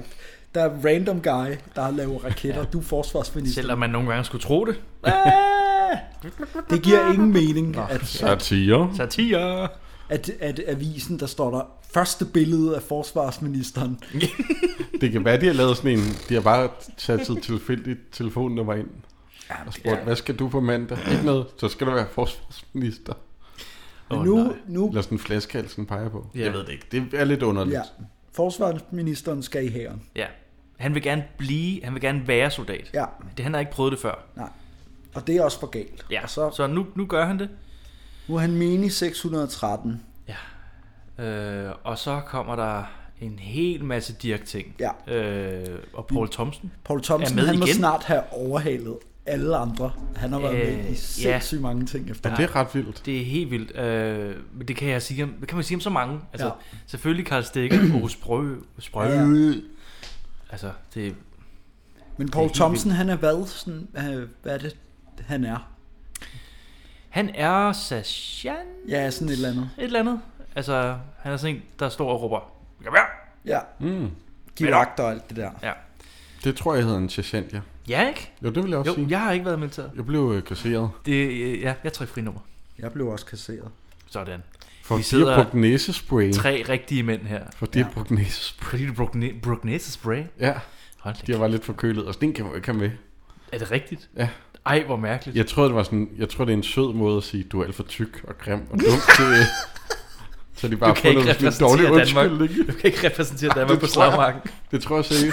Der er random guy, der har lavet raketter. Du er forsvarsminister. Selvom man nogle gange skulle tro det. Det giver ingen mening. Satire. At avisen, der står der første billede af forsvarsministeren. Det kan være, de har lavet sådan en. De har bare sat sit tilfældigt telefonnummer ind og spurgt, hvad skal du på mandag? Ikke noget, så skal du være forsvarsminister. Nu eller sådan en flaskehalsen peger på. Jeg ved det ikke. Det er lidt underligt. Ja. Forsvarsministeren skal i hæren. Ja. Han vil gerne være soldat. Ja. Han har ikke prøvet det før. Nej. Og det er også for galt. Ja. Så nu gør han det. Nu er han mini 613. Ja. Og så kommer der en hel masse Dirch-ting. Ja. Og Paul Thomsen. Paul Thomsen, han må snart have overhalet alle andre. Han har været med i sindssygt mange ting efter. Ja, det er ret vildt. Det er helt vildt. Men det kan man sige om så mange. Altså, selvfølgelig Karl Stikker og Sprø. Ja. Altså, det. Men Paul Thomsen, han er hvad er det, han er? Han er sergeant. Ja, sådan et eller andet. Altså, han er sådan en, der står og råber. Kom her! Ja. Giv vagt og alt det der. Ja. Det tror jeg hedder en sergeant, ja. Ja, ikke? Jo, det vil jeg også sige. Jeg har ikke været militæret. Jeg blev kasseret. Jeg tager frinummer. Jeg blev også kasseret. Sådan. For vi sidder brugt næsespray. 3 rigtige mænd her. Fordi jeg brugte næsespray. Fordi du brugte næsespray? Ja. De var lidt forkølet, og sådan kan man ikke have med. Er det rigtigt? Ja. Ej, hvor mærkeligt. Jeg tror det er en sød måde at sige, du er alt for tyk og grim og dum til. Så de bare får noget sådan en dårlig undskyldning. Du kan ikke repræsentere Danmark på slagmarken. Det tror jeg seriøst.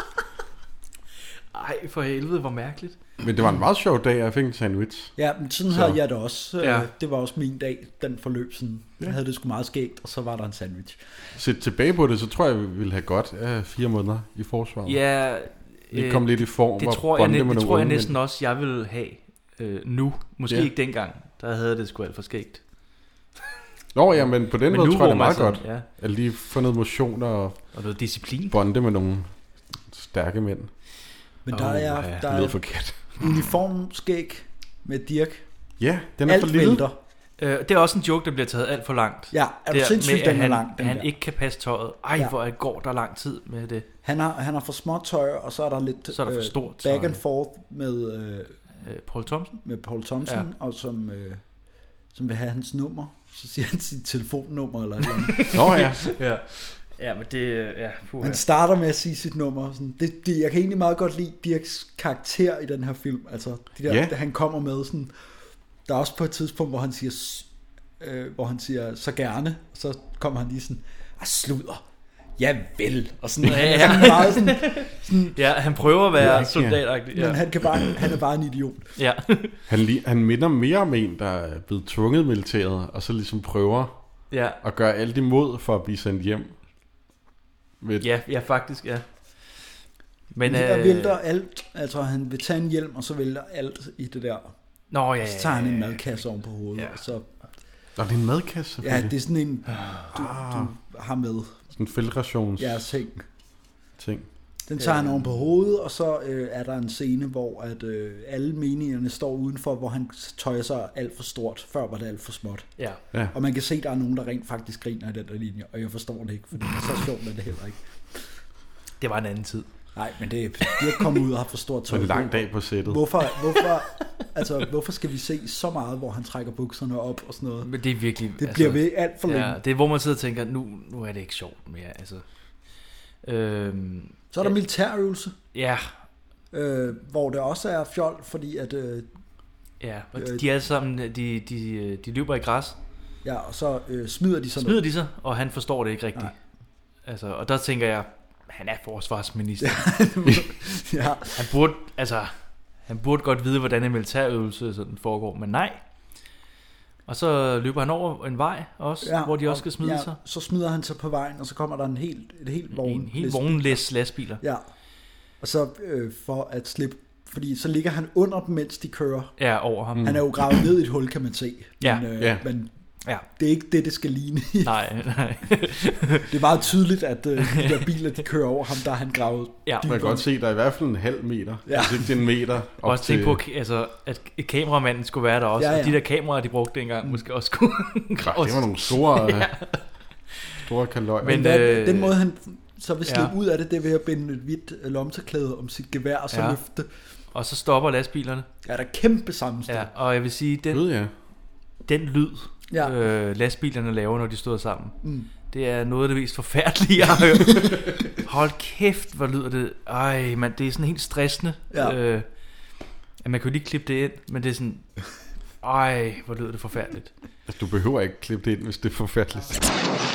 Ej, for helvede, hvor mærkeligt. Men det var en meget sjov dag, jeg fik en sandwich. Ja, men sådan havde jeg det også. Ja. Det var også min dag, den forløb sådan. Jeg havde det sgu meget skægt, og så var der en sandwich. Set tilbage på det, så tror jeg, vi ville have godt 4 måneder i forsvaret. Ja. Vi kom lidt i form. Det tror jeg næsten også, jeg vil have nu. Måske ikke dengang. Der havde det sgu alt for skægt. Nå ja, men på den måde tror jeg det er meget godt. Ja. At lige få noget motion og noget disciplin. Bonde med nogle stærke mænd. Men der er uniformskæg med Dirch. Ja, den er for lille. Det er også en joke, der bliver taget alt for langt. Ja, er du sindssygt, den er lang. Han ikke kan passe tøjet. Ej, hvor går der lang tid med det. Han har for småt tøj, og så er der lidt så er der for stort tøj. Back and forth med Paul Thomsen. Med Paul Thomsen, og som vil have hans nummer. Så siger han sit telefonnummer eller noget. Ja. Ja, men det... Ja, han starter med at sige sit nummer. Sådan. Jeg kan egentlig meget godt lide Dirchs karakter i den her film. Altså, han kommer med sådan... Der er også på et tidspunkt, hvor han siger så gerne. Så kommer han lige sådan... sludder. Ja vel. Og sådan, han er meget sådan... Ja, han prøver at være soldatagtig. Ja. Men han er bare en idiot. Ja. Han minder mere om en, der er blevet tvunget militæret, og så ligesom prøver at gøre alt imod for at blive sendt hjem. Ja, faktisk, ja. Men der vælter alt. Altså, han vil tage en hjelm, og så vælter alt i det der. Nå, ja. Så tager han en madkasse oven på hovedet. Ja. Og så... Nå, det er en madkasse? Ja, det er sådan en, du har med. Sådan en feltrations... Ja, ting. Den tager han oven på hovedet, og så er der en scene, hvor at, alle meningerne står udenfor, hvor han tøjer sig alt for stort. Før var det alt for småt. Ja. Og man kan se, at der er nogen, der rent faktisk griner i den der linje, og jeg forstår det ikke, for det er så sjovt, at det heller ikke. Det var en anden tid. Nej, men de er kommet ud og har for stort tøj. Det var en lang dag på sættet. Hvorfor skal vi se så meget, hvor han trækker bukserne op og sådan noget? Men det er virkelig... Det bliver ved alt for længe. Ja, det er, hvor man sidder og tænker, nu er det ikke sjovt mere, altså... Så er der militærøvelse. Ja. Hvor det også er fjol, fordi at... de alle sammen, de løber i græs. Ja, og så smider de sig. Og han forstår det ikke rigtigt. Altså, og der tænker jeg, han er forsvarsminister. Ja. Han burde godt vide, hvordan en militærøvelse sådan foregår, men nej. Og så løber han over en vej også, hvor de også skal smide sig. Så smider han sig på vejen, og så kommer der et helt vognlæs lastbiler. Ja. Og så for at slippe, fordi så ligger han under dem, mens de kører. Ja, over ham. Han er jo gravet ned i et hul, kan man se. Men ja. Det er ikke det skal ligne. Nej. Det er meget tydeligt, at de der biler, de kører over ham, der er han gravet. Ja. Man kan godt se, at der er i hvert fald en halv meter. Ja. Hvis ikke det er en meter. Og også tænke på, at kameramanden skulle være der også. Ja. Og de der kameraer, de brugte dengang, måske også skulle graves. Det var nogle store kaløjer. Men den måde, han så vil slippe ud af det, det ved at binde et hvidt lommetørklæde om sit gevær, og så løfte. Og så stopper lastbilerne. Ja, der er kæmpe sammenstød. Ja, og jeg vil sige, den lyd, lastbilerne laver, når de stod sammen, det er noget af det mest forfærdelige, jeg har hørt. Hold kæft, hvor lyder det. Ej, man, det er sådan helt stressende. Ja. Man kan jo lige klippe det ind, men det er sådan... Ej, hvor lyder det forfærdeligt. Altså, du behøver ikke klippe det ind, hvis det er forfærdeligt.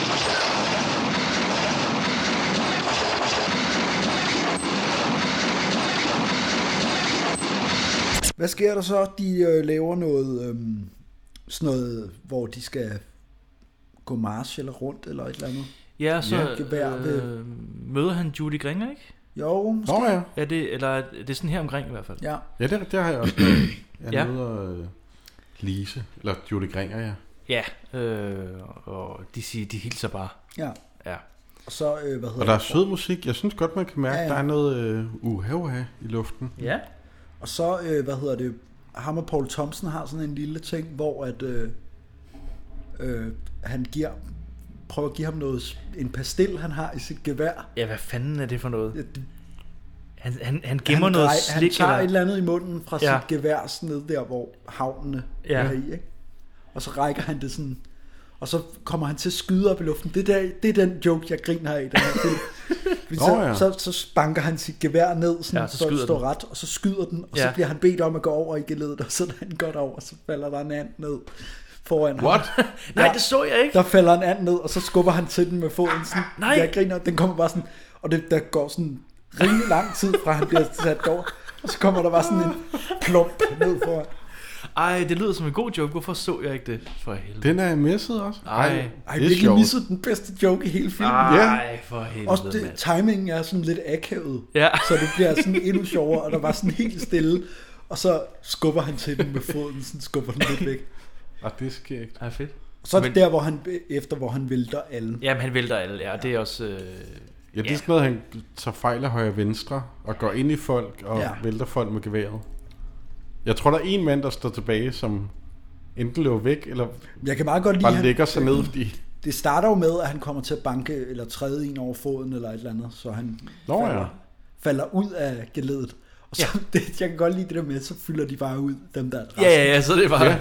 Hvad sker der så? De laver noget, sådan noget, hvor de skal gå march eller rundt eller et eller andet. Ja, så møder han Judy Gringer, ikke? Jo, måske. Ja. Er det, eller det er sådan her omkring i hvert fald. Ja, det har jeg også. Jeg møder Lise, eller Judy Gringer, Ja, og de hilser bare. Ja. Og så, og der er sød musik. Jeg synes godt, man kan mærke, der er noget uha i luften. Ja. Og så, ham og Paul Thompson har sådan en lille ting, hvor at han prøver at give ham en pastil, han har i sit gevær. Ja, hvad fanden er det for noget? Han gemmer noget slik. Han tager et eller andet i munden fra sit gevær ned der, hvor havnene er i, ikke? Og så rækker han det sådan, og så kommer han til at skyde op i luften. Det er den joke, jeg griner af i den her film. Så banker han sit gevær ned, sådan, så det står ret, og så skyder den, og så bliver han bedt om at gå over i geleddet, og så han godt over, og så falder der en and ned foran ham. Nej, det så jeg ikke. Der falder en and ned, og så skubber han til den med foden. Sådan, jeg griner, den kommer bare sådan, og der går sådan rimelig lang tid fra han bliver sat over, og så kommer der bare sådan en klump ned foran. Ej, det lyder som en god joke. Hvorfor så jeg ikke det? For helvede. Den er misset også. Ej, det er misset den bedste joke i hele filmen. Ej, for helvede. Også timingen er sådan lidt akavet. Så det bliver sådan endnu sjovere, og der var sådan helt stille. Og så skubber han til den med foden, sådan skubber den lidt væk. Det er skægt. Ej, fedt. Og så er det der, hvor han vælter alle. Jamen, han vælter alle, det er også... Ja, det er sådan noget, han tager fejl af højre og venstre, og går ind i folk, og vælter folk med geværet. Jeg tror, der er en mand, der står tilbage, som enten løber væk, eller jeg kan meget godt lide, bare lægger sig ned. Fordi... Det starter jo med, at han kommer til at banke eller træde en over foden, eller et eller andet, så han falder ud af geleddet. Og så, jeg kan godt lide det der med, så fylder de bare ud, dem der resten. Ja, så det er bare...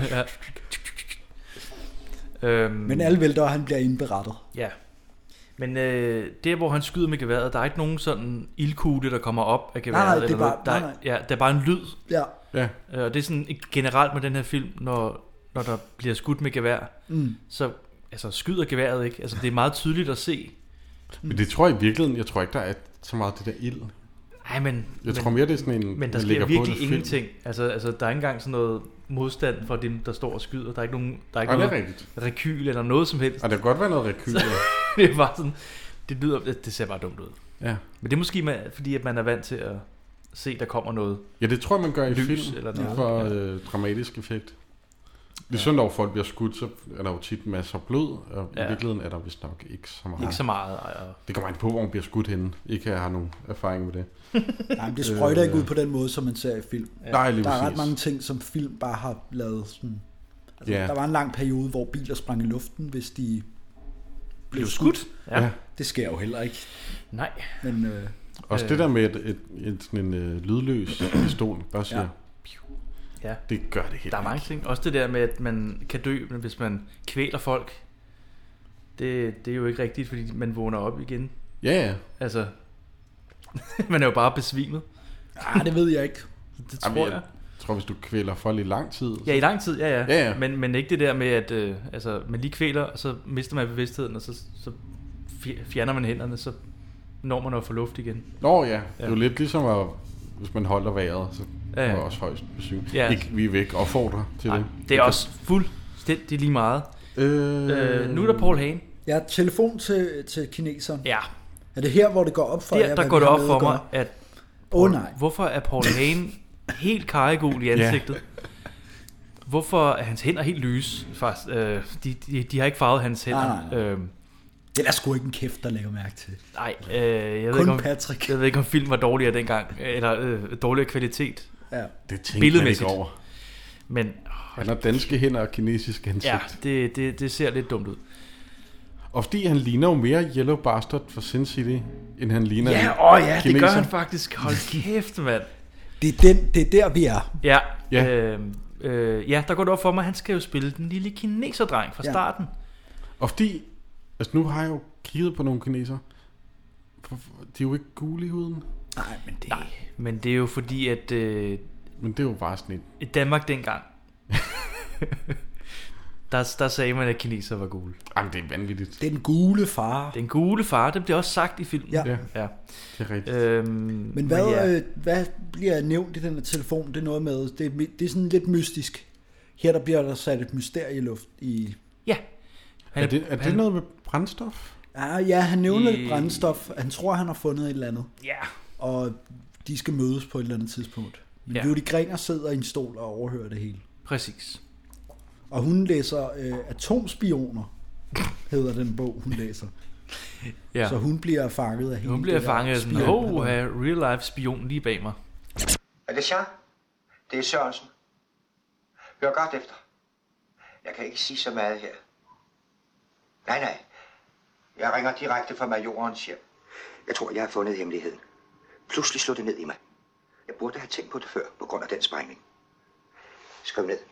Men alle vælter, og han bliver indberettet. Ja. Men der, hvor han skyder med geværet, der er ikke nogen sådan ildkugle, der kommer op af geværet. Nej, det er bare... Der er bare en lyd. Ja. Og det er sådan generelt med den her film, når der bliver skudt med gevær, så skyder geværet ikke. Altså, det er meget tydeligt at se. Men det tror jeg i virkeligheden, jeg tror ikke, der er så meget det der ild. Nej, men... Jeg tror mere, det er sådan en... Men der sker virkelig ingenting. Altså, der er ikke engang sådan noget modstand for dem, der står og skyder. Der er ikke nogen... Der er ikke noget rekyl eller noget som helst. Og det kan godt være noget rekyl. Det er bare sådan... Det ser bare dumt ud. Ja. Men det er måske fordi, at man er vant til at se, der kommer noget. Ja, det tror jeg, man gør i film. Eller noget. For dramatisk effekt. Ligesom når folk bliver skudt, så er der jo tit masser af blod, og i virkeligheden er der vist nok ikke så meget. Ikke så meget. Det kommer an på, hvor man bliver skudt henne. Ikke jeg har nogen erfaring med det. Nej, men det sprøjter ikke ud på den måde, som man ser i film. Nej, der er ret mange ting, som film bare har lavet sådan... Altså, der var en lang periode, hvor biler sprang i luften, hvis de blev skudt. Ja. Det sker jo heller ikke. Nej. Men, også det der med sådan en lydløs pistol, bare siger... Ja. Det gør det helt. Der er mange ting. Også det der med, at man kan dø, hvis man kvæler folk. Det er jo ikke rigtigt, fordi man vågner op igen. Ja. Altså, man er jo bare besvimet. Det ved jeg ikke. Det tror jeg. Jeg tror, hvis du kvæler folk i lang tid. Ja, i lang tid, ja. Men ikke det der med, at man lige kvæler, og så mister man bevidstheden, og så fjerner man hænderne, så når man at få luft igen. Nå ja, det er jo lidt ligesom hvis man holder vejret, så er man også højst besvimet. Ikke, vi vil ikke opfordre til det. Det er også fuldstændig lige meget. Nu er der Paul Hagen. Ja, telefon til kineseren. Ja. Er det her, hvor det går op for jer? Der går det op for mig, at hvorfor er Paul Hagen helt karregul i ansigtet? Hvorfor er hans hænder helt lyse? Faktisk, de har ikke farvet hans hænder. Nej. Det er sgu ikke en kæft, der lægger mærke til. Nej, Patrick. Jeg ved ikke, om film var dårligere dengang, eller dårligere kvalitet. Ja. Det tænker man ikke over. Men han har danske hænder og kinesisk ansigt. Ja, det ser lidt dumt ud. Og fordi han ligner jo mere Yellow Bastard fra Sin City, end han ligner ja, det gør han faktisk. Hold kæft, mand. Det er der, vi er. Ja, der går det op for mig, at han skal jo spille den lille kineserdreng fra starten. Og fordi, altså nu har jeg jo kigget på nogle kineser. De er jo ikke gule i huden. Nej, men det er jo fordi, at... men det er jo bare sådan i Danmark dengang, der sagde man, at kineser var gule. Jamen, det er vanvittigt. Den gule far. Den gule far, det bliver også sagt i filmen. Ja. Det er rigtigt. Men hvad bliver nævnt i den her telefon? Det er noget med, det er sådan lidt mystisk. Her der bliver der sat et mysterie i luft i... Ja. Er det noget med brændstof? Ja, han nævner et brændstof. Han tror, han har fundet et eller andet. Ja. Og de skal mødes på et eller andet tidspunkt. Men Judy Gringer sidder i en stol og overhører det hele. Præcis. Og hun læser Atomspioner, hedder den bog, hun læser. Ja. Så hun bliver fanget af hende. Hun bliver fanget af sådan, real life spion lige bag mig. Er det Jean? Det er Sørensen. Hør godt efter. Jeg kan ikke sige så meget her. Nej. Jeg ringer direkte fra majorens hjem. Jeg tror, jeg har fundet hemmeligheden. Pludselig slog det ned i mig. Jeg burde have tænkt på det før, på grund af den sprængning. Skriv ned.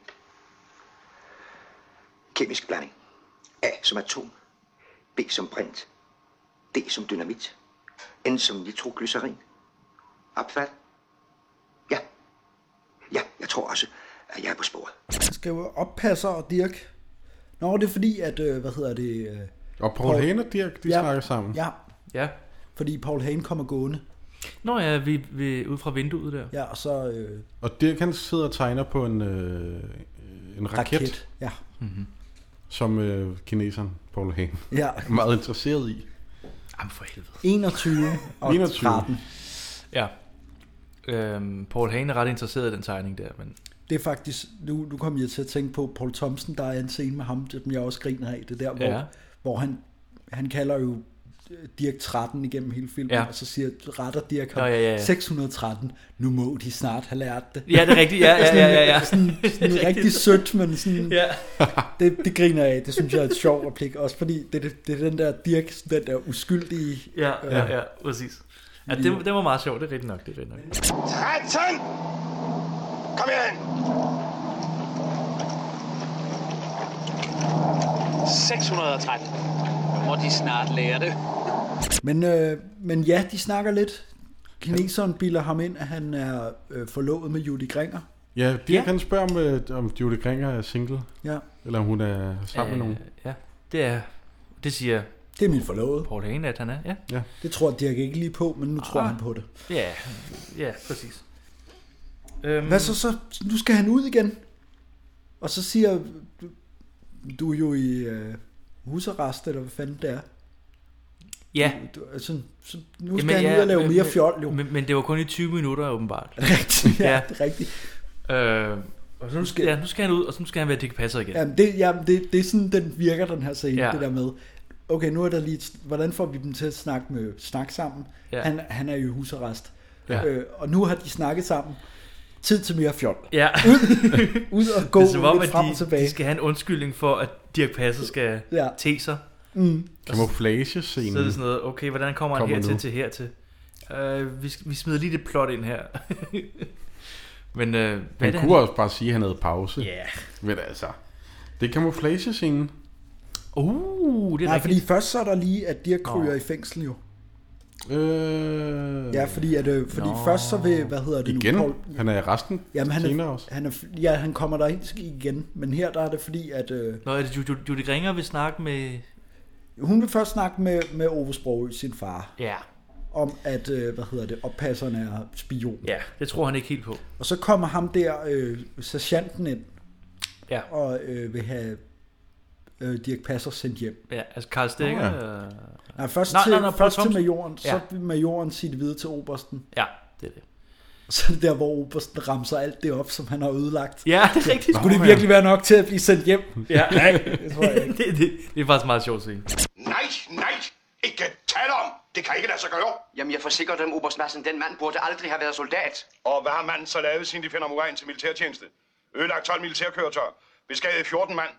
Kemisk blanding. A som atom. B som brint. D som dynamit. N som nitroglycerin. Opfald. Ja, jeg tror også, at jeg er på sporet. Jeg skriver oppasser og Dirk. Nå, det er fordi, at, og Paul Hagen og Dirk, de snakker sammen. Ja, fordi Paul Hagen kommer gående. Nå ja, vi ud fra vinduet der. Ja, og så... Og Dirk, han sidder og tegner på en raket. Ja. Mm-hmm. Som kineseren Paul Hagen er meget interesseret i. Jamen for helvede. 21 og 13. Ja. Paul Hagen er ret interesseret i den tegning der, men... Det er faktisk, nu kommer jeg til at tænke på Paul Thomsen, der er en scene med ham, som jeg også griner af, det der, hvor han kalder jo Dirk 13 igennem hele filmen, og så retter Dirk ham 613, nu må de snart have lært det. Ja, det er rigtigt, ja. Sådan rigtig sødt, men sådan, det griner af, det synes jeg er et sjovt replik, også fordi det er den der Dirk, den der uskyldige... Ja, præcis. Ja, det var meget sjovt, det er rigtigt nok, 13! Kom her ind! 613. Må de snart lære det. Men ja, de snakker lidt. Kineseren bilder ham ind, at han er forlovet med Judy Gringer. Ja, Dirk kan spørge om Judy Gringer er single. Ja. Eller om hun er sammen med nogen. Ja, det siger... Det er min forlovede. Paul Hagen, at han er, ja. Det tror Dirk ikke lige på, men nu tror han på det. Ja, præcis. Hvad så? Nu skal han ud igen. Og så siger du er jo i husarrest, eller hvad fanden det er. Ja. Så nu skal han ud og lave mere fjol, jo. Men det var kun i 20 minutter, åbenbart. Rigtigt, ja, det er rigtigt. Og så nu skal han ud, og så skal han være Dirch Passer igen. Jamen, det er sådan, den virker, den her scene, det der med... Okay, nu er der lige... Hvordan får vi dem til at snakke sammen? Ja. Han er jo i husarrest. Ja. Og nu har de snakket sammen. Tid til mere fjol. Ja. Ud og gå lidt frem og tilbage. De skal have en undskyldning for, at Dirch Passer skal te sig. Camouflage-scenen. Så er det sådan noget, okay, hvordan kommer han hertil til hertil? Vi smider lige det plot ind her. Men han kunne også bare sige, at han havde pause. Ja. Men altså, det er camouflage-scenen. Det er nej, fordi først så er der lige, at Dirk ryger i fængsel jo. Ja, fordi først så vil, hvad hedder det igen? Nu? Paul, han er i resten senere også. Han kommer der ind igen, men her der er det fordi, at... Nå, er det Judy Gringer vil snakke med... Hun vil først snakke med Ove Sprogøe, sin far. Ja. Om at, oppasseren er spion. Ja, det tror han ikke helt på. Og så kommer ham der, sergeanten ind. Ja. Og vil have... Dirch Passer sendt hjem. Ja, altså Karl Stikker. Nej, først til majoren, så vil majoren sige det videre til obersten. Ja, det er det. Så er det der, hvor obersten ramser alt det op, som han har ødelagt. Ja, det er rigtigt. Skulle det virkelig være nok til at blive sendt hjem? Ja, nej, det tror jeg ikke. Det er faktisk meget sjovt scene. Nej, ikke tale om. Det kan ikke lade sig gøre. Jamen, jeg forsikrer dem, oberst Madsen, den mand burde aldrig have været soldat. Og hvad har manden så lavet, siden de finder ham uegnet til militærtjeneste? Ødelagt 12 militærkøretøjer. Beskadiget 14 mand.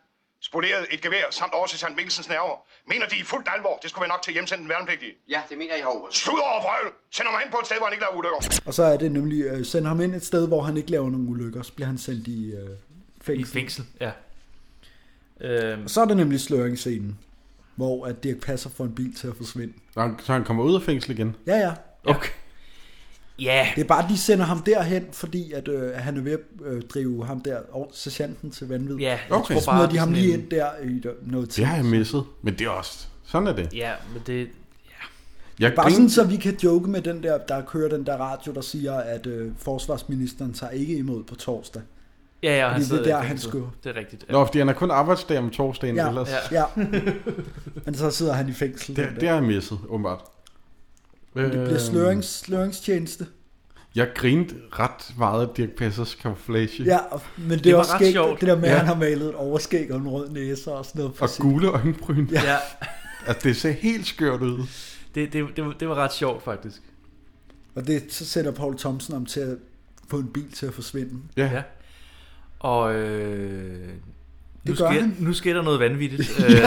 spoleret et gevær samt oversat Mikkelsens nerver. Mener de i fuldt alvor, det skulle være nok til at hjemsende den værnepligtige? Ja, det mener jeg over. Slut over vrøvl! Send ham ind på et sted, hvor han ikke laver ulykker. Og så er det nemlig, send ham ind et sted, hvor han ikke laver nogen ulykker. Så bliver han sendt i fængsel. I fængsel, ja. Og så er det nemlig sløringsscenen, hvor at Dirch Passer får en bil til at forsvinde. Så han kommer ud af fængsel igen? Ja. Okay. Ja. Det er bare, de sender ham derhen, fordi at han er ved at drive ham der, og sergeanten til vanvid. Ja, okay. Så smider de ham lige ind der i noget tid. Det har jeg misset, men det er også, sådan er det. Ja, men det... Bare sådan, så vi kan joke med den der kører den der radio, der siger, at forsvarsministeren tager ikke imod på torsdag. Ja, han det er der, han skriver. Det er rigtigt. Ja. Nå, fordi han er kun arbejdsdag om torsdagen ellers. Ja. Men så sidder han i fængsel. Det har jeg misset, åbenbart. Det bliver sløringstjeneste. Jeg grinede ret meget af Dirch Passers camouflage. Ja, men det er også skægt, det der med, at han har malet et overskæg og en rød næse og sådan noget. Og gule øjenbryn. Ja. Altså, det ser helt skørt ud. Det var ret sjovt, faktisk. Og så sætter Paul Thomsen om til at få en bil til at forsvinde. Ja. Og nu sker der noget vanvittigt.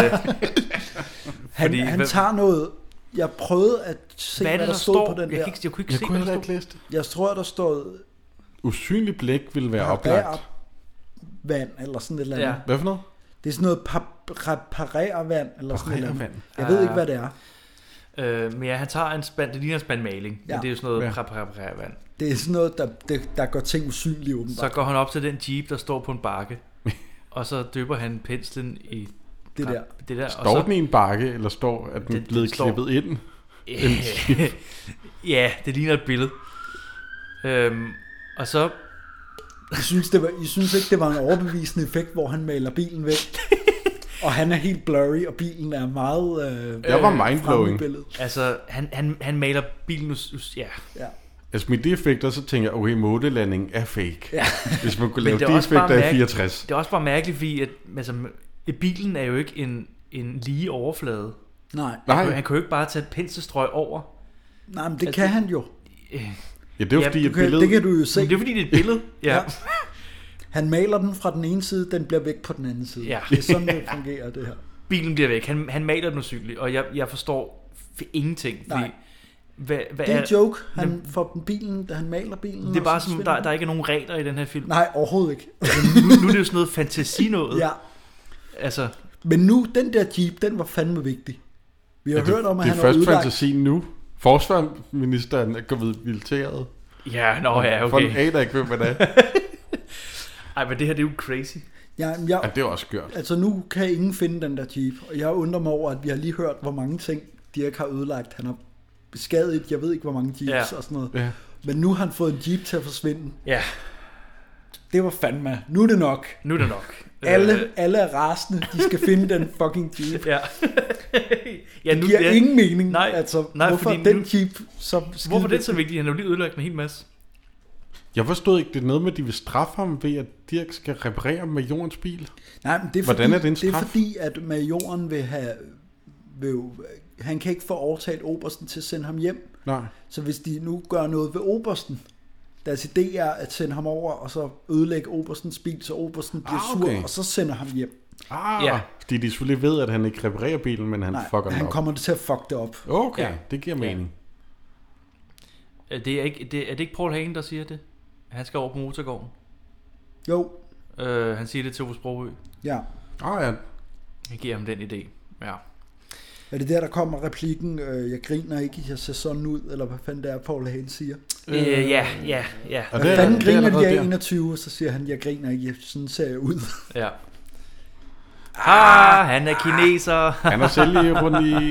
Han tager noget... Jeg prøvede at se, hvad der stod på den der. Jeg kunne ikke se, hvad der stod. Jeg tror, der stod... Usynlig blæk ville være oplagt. Vand, eller sådan et eller andet. Ja. Hvad for noget? Det er sådan noget parervand, eller sådan et eller andet. Jeg ved ikke, hvad det er. Men ja, han tager en spand, det ligner en spand maling. Ja. Men det er jo sådan noget parervand. Det er sådan noget, der gør ting usynlige, åbenbart. Så går han op til den jeep, der står på en bakke. Og så dypper han penslen i... Det der. Står den i en bakke, eller står at den blevet klippet ind? Ja, det ligner et billede. Og så... I synes ikke, det var en overbevisende effekt, hvor han maler bilen væk? Og han er helt blurry, og bilen er meget... Jeg var mindblowing. Altså, han maler bilen... Ja. Altså med de effekter, så tænker jeg, okay, modelanding er fake. Ja. Hvis man kunne lave de effekter i 64. Det er også bare mærkeligt, fordi at, altså, bilen er jo ikke en lige overflade. Nej. Han kan jo ikke bare tage et penselstrøg over. Nej, men det kan han jo. Ja, det er jo fordi et billede... Det kan du jo se. Men det er fordi, det er et billede. Ja. Han maler den fra den ene side, den bliver væk på den anden side. Ja. Det er sådan, det fungerer, det her. Bilen bliver væk. Han maler den usynligt, og jeg forstår ingenting. Fordi hvad det er en joke. Han får bilen, da han maler bilen. Det er bare som, der ikke er nogen regler i den her film. Nej, overhovedet ikke. Nu er det jo sådan noget fantasi noget. Ja. Altså. Men nu, den der jeep, den var fandme vigtig. Vi har hørt om, at han har udlagt... Det er først fantasi nu. Forsvarsministeren er gået militæret. Ja, okay. For en aner ikke, hvem man er. Ej, men det her, det er jo crazy. Ja, det er også skørt. Altså, nu kan ingen finde den der jeep. Og jeg undrer mig over, at vi har lige hørt, hvor mange ting Dirch har ødelagt. Han har beskadiget, jeg ved ikke, hvor mange jeeps og sådan noget. Ja. Men nu har han fået en jeep til at forsvinde. Ja. Det var fandme. Nu er det nok. Alle er rasende. De skal finde den fucking jeep. Ja. Det giver ingen mening. Nej, altså, hvorfor den jeep så skide? Hvorfor det så vigtigt? Han har jo lige ødelagt en hel masse. Jeg forstod ikke, det er noget med, at de vil straffe ham ved, at Dirch skal reparere majorens bil. Nej, men det er Hvordan er det en straf? Det er fordi, at majoren han kan ikke få overtalt obersten til at sende ham hjem. Nej. Så hvis de nu gør noget ved obersten, deres idé er at sende ham over, og så ødelægge oberstens bil, så obersten bliver sur, og så sender ham hjem. Ja. Fordi de selvfølgelig ved, at han ikke reparerer bilen, men han fucker den op. Han kommer til at fuck det op. Okay, det giver mening. Er det ikke Paul Hagen, der siger det? Han skal over på motorgården. Jo. Han siger det til Ove Sprogøe. Ja. Ja. Jeg giver ham den idé. Ja. Er det der kommer replikken, jeg griner ikke, jeg ser sådan ud, eller hvad fanden det er, Paul Hagen siger? Ja. Hvad fanden griner de af 21, og så siger han, jeg griner ikke, sådan ser jeg ud. Ja. Han er kineser. Han er selvironi.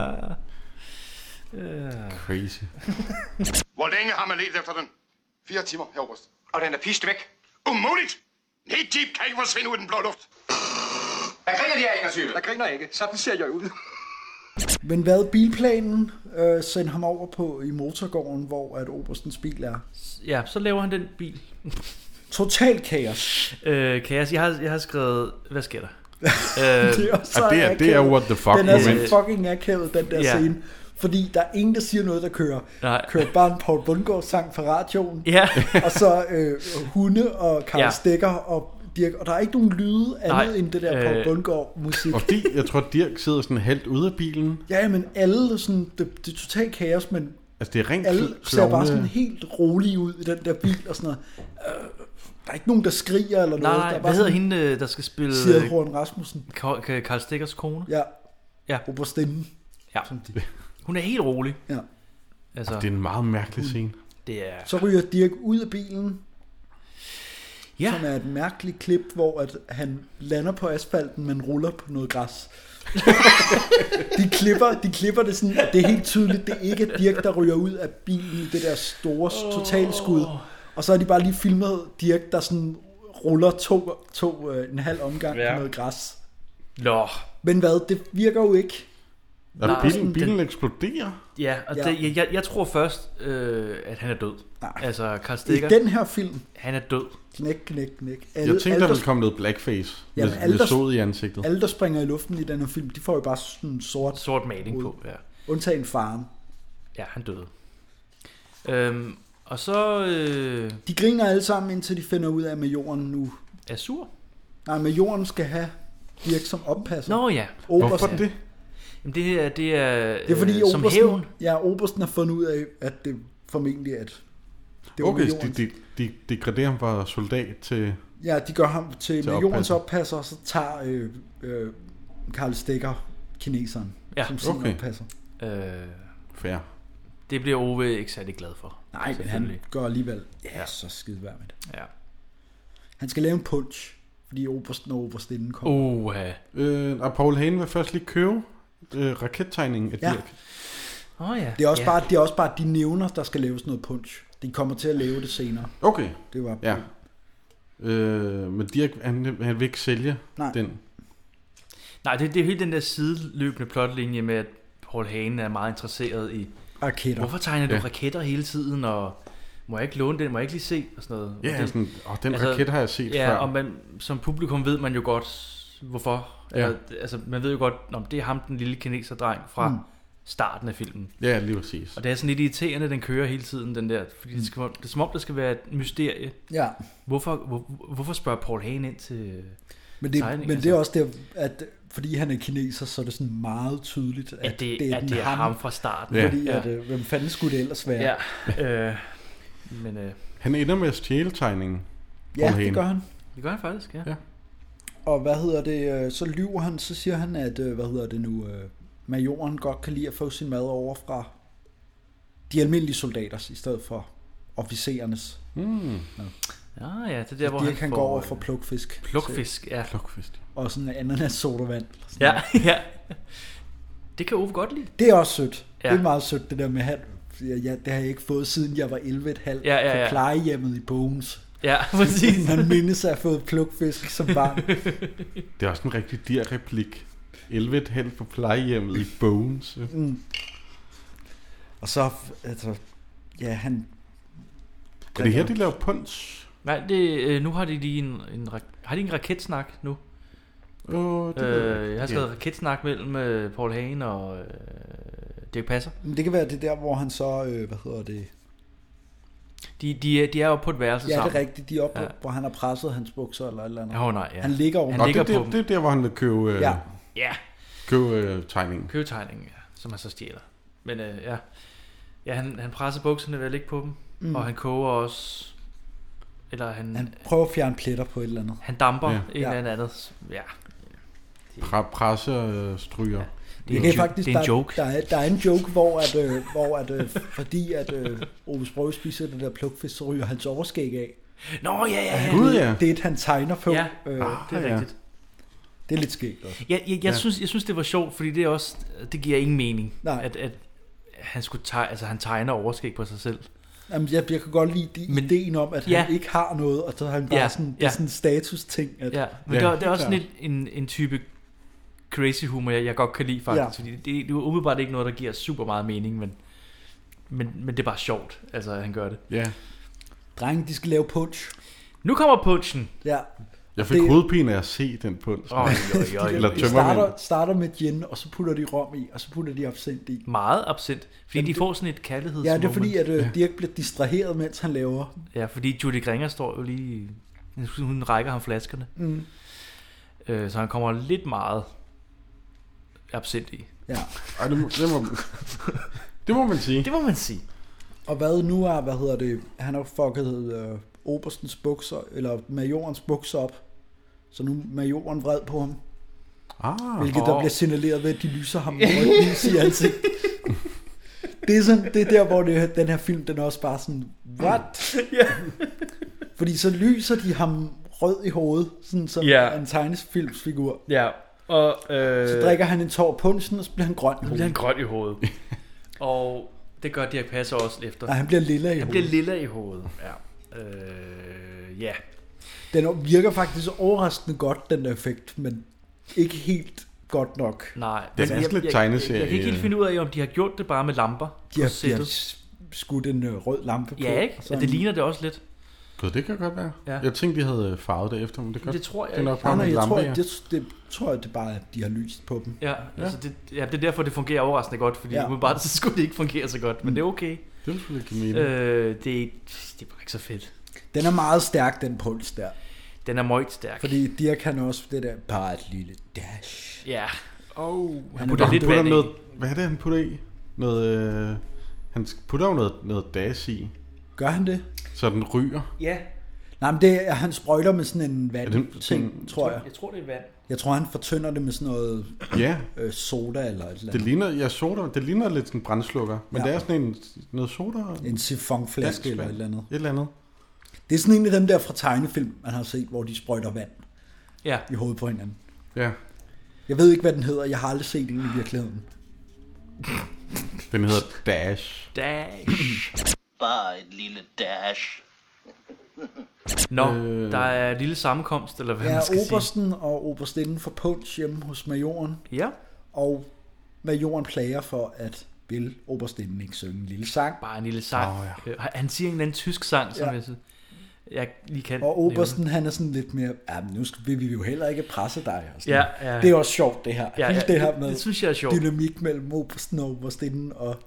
Crazy. Hvor længe har man let efter den? 4 timer, herr oberst. Og den er pist væk. Umuligt! En jeep kan ikke forsvinde ud i den blå luft. Hvad griner de af, 21? Jeg griner ikke. Sådan ser jeg ud. Men hvad bilplanen sendte ham over på i motorgården, hvor at oberstens bil er? Ja, så laver han den bil. Total kaos. Kaos. Jeg har skrevet, hvad sker der? Det er what the fuck den er så fucking akavet, den der scene. Fordi der er ingen, der siger noget, der kører. Kører bare en Paul Bundgaard sang fra radioen. Ja. Og så Hunde og Karl Stikker og Dirk, og der er ikke nogen lyde andet end det der Paul Bundgaard musik. Og jeg tror, Dirk sidder sådan helt ude af bilen. Ja, men alle sådan, det er totalt kaos, men altså, det er rent alle ser bare sådan helt rolige ud i den der bil og sådan noget. Der er ikke nogen, der skriger eller noget. Nej, der er hvad hedder hende, der skal spille... Sigrid Horn Rasmussen. Karl Stikkers kone? Ja. Oberstinden. Ja. Hun er helt rolig. Ja. Altså, det er en meget mærkelig scene. Det er... Så ryger Dirk ud af bilen. Ja. Som er et mærkeligt klip, hvor at han lander på asfalten, men ruller på noget græs. de klipper det sådan, at det er helt tydeligt, det er ikke Dirk, der ryger ud af bilen i det der store totalskud. Og så har de bare lige filmet Dirk, der sådan ruller en halv omgang på noget græs. Nå. Men hvad, det virker jo ikke. Bilen eksploderer. Ja, og jeg tror først, at han er død. Nej. Altså, Karl Stikker. I den her film. Han er død. Knæk. Jeg tænkte, der ville komme noget blackface med sod i ansigtet. Alle, der springer i luften i den her film, de får jo bare sådan en sort maling på. Ja. Undtagen faren. Ja, han døde. Og så... De griner alle sammen, indtil de finder ud af, at majoren nu... er sur? Nej, majoren skal have Dirk som oppasser. Nå ja. Hvorfor det? Jamen det er fordi som hævn. Ja, obersten har fundet ud af, at det formentlig er det var okay, de graderer ham fra soldat til... Ja, de gør ham til majorens oppasser, og så tager Karl Stikker kineseren som sin oppasser. Fair. Det bliver Ove ikke særlig glad for. Nej, men han gør alligevel så skide værd med det. Ja. Han skal lave en punch, fordi obersten og oberstinden kommer. Og Paul Hagen vil først lige købe rakettegningen af Dirk. Det er også bare de nævner, der skal laves noget punch. De kommer til at lave det senere. Okay. Det var men Dirk, han vil ikke sælge den. Nej, det er helt den der sideløbende plotlinje med, at Paul Hagen er meget interesseret i raketter. Hvorfor tegner du raketter hele tiden, og må jeg ikke låne den, må jeg ikke lige se, og sådan noget. Ja, den raket har jeg set før. Ja, og man, som publikum ved man jo godt, hvorfor. Ja. Altså, man ved jo godt, om det er ham, den lille kineserdreng fra starten af filmen. Ja, lige præcis. Og det er sådan lidt irriterende, den kører hele tiden, den der, fordi det er som om, der skal være et mysterie. Ja. Hvorfor spørger Paul Hagen ind til tegning? Men det er også det, at fordi han er kineser, så er det sådan meget tydeligt, at det er ham fra starten. Ja. Fordi at, hvem fanden skulle det ellers være? Ja. Han ender med at stjæle tegningen. Ja, det gør han. Det gør han faktisk, ja. Og så lyver han, så siger han, at majoren godt kan lide at få sin mad over fra de almindelige soldater, i stedet for officerernes. Ja, det er der, hvor han kan gå over for plukfisk. Plukfisk. Og sådan en ananas sodavand. Ja. Det kan Ove godt lide. Det er også sødt. Det er meget sødt, det der med det har jeg ikke fået, siden jeg var 11,5 på plejehjemmet i Bones. Ja, præcis. Han mindes at have fået plukfisk som barn. Det er også en rigtig replik. 11,5 på plejehjemmet i Bones. Og så, han... Er det her, de laver punch? Nej, nu har de lige har de en raketsnak nu? Jeg har skrevet raketsnak mellem Paul Hagen og Dirch Passer. Men det kan være det der, hvor han så, De er jo på et værelse sammen. Ja, det er rigtigt. De er oppe, hvor han har presset hans bukser eller et eller andet. Nej, ja. Han ligger over. Det er der, hvor han vil købe... Købe tegningen. Købe tegningen, som han så stjæler. Men han presser bukserne ved at ligge på dem, og han koger også... Eller han prøver at fjerne pletter på et eller andet. Han damper en eller andet. Ja. Pressestryger. Det er en joke. Der er en joke, hvor fordi at Ove Sprogøe spiser det der plukfisk, så ryger hans overskæg af. Nå, ja. Det er et, han tegner på. Ja, det er rigtigt. Det er lidt skægt også. Jeg synes det var sjovt, fordi det giver ingen mening, at han skulle han tegner overskæg på sig selv. Jamen, jeg kan godt lide ideen om, at han ikke har noget, og så har han bare sådan, det er sådan en status-ting. Men det er også sådan en type crazy humor, jeg godt kan lide faktisk, fordi det er umiddelbart ikke noget, der giver super meget mening, men det er bare sjovt, altså at han gør det. Ja. Drenge, de skal lave punch. Nu kommer punchen. Ja. Jeg fik hovedpine af at se den punch. De starter med gin, og så putter de rom i, og så putter de absint i. Meget absint, fordi de får sådan et kærlighedsmoment. Ja, det er fordi, at Dirk bliver distraheret, mens han laver. Ja, fordi Judy Gringer står jo lige Hun rækker ham flaskerne. Så han kommer lidt meget absent i. Ja. Ej, det må man sige. Det må man sige. Og hvad nu er, han har fucket oberstens bukser, eller majorens bukser op. Så nu er majoren vred på ham. Hvilket der bliver signaleret ved, at de lyser ham rødt i ansigt. Det er der, hvor den her film, den er også bare sådan, what? Fordi så lyser de ham rød i hovedet, sådan som en tegnefilmsfigur. Ja. Og, så drikker han en tår punchen, og så bliver han grøn i hovedet. Og det gør Dirch Passer også efter. Nej, han bliver lilla i hovedet. Ja. Den virker faktisk overraskende godt, den der effekt, men ikke helt godt nok. Nej. Det er lidt tegneserie. Jeg kan ikke helt finde ud af, om de har gjort det bare med lamper. De har skudt en rød lampe på. Ja, ikke? Det ligner det også lidt. God, det kan godt være. Ja. Jeg tænkte, de havde farvet det efter, men det tror jeg det er nok ikke. Jeg tror, det er bare, at de har lyst på dem. Ja, altså det er derfor, det fungerer overraskende godt, fordi bare så skulle det ikke fungere så godt, men det er okay. Det er selvfølgelig ikke mening. Det er bare ikke så fedt. Den er meget stærk, den puls der. Den er meget stærk. Fordi Dirch kan også det der, bare et lille dash. Ja. Han putter lidt vand noget, hvad er det, han putter i? Noget, han putter jo noget dash i. Gør han det? Så den ryger. Ja. Nej, men det er, han sprøjter med sådan en vand-ting, tror jeg. Jeg tror, det er vand. Jeg tror, han fortynder det med sådan noget soda eller et eller andet. Det ligner lidt sådan en brandslukker, men det er sådan noget soda. En sifonflaske eller et eller andet. Et eller andet. Det er sådan en af dem der fra tegnefilm, man har set, hvor de sprøjter vand i hovedet på hinanden. Ja. Jeg ved ikke, hvad den hedder. Jeg har aldrig set den i virkeligheden. Den hedder Dash. Bare et lille dash. Der er en lille sammenkomst, eller hvad man skal sige. Obersten og oberstinden får punch hjemme hos majoren. Ja. Og majoren plager for, at vil oberstinden ikke synge en lille sang. Bare en lille sang. Han siger en eller anden tysk sang, som jeg lige kan. Og obersten, han er sådan lidt mere, nu vil vi jo heller ikke presse dig. Og ja. Det er også sjovt, det her. Ja, det her med det synes jeg er sjovt. Dynamik mellem obersten og oberstinden. Og,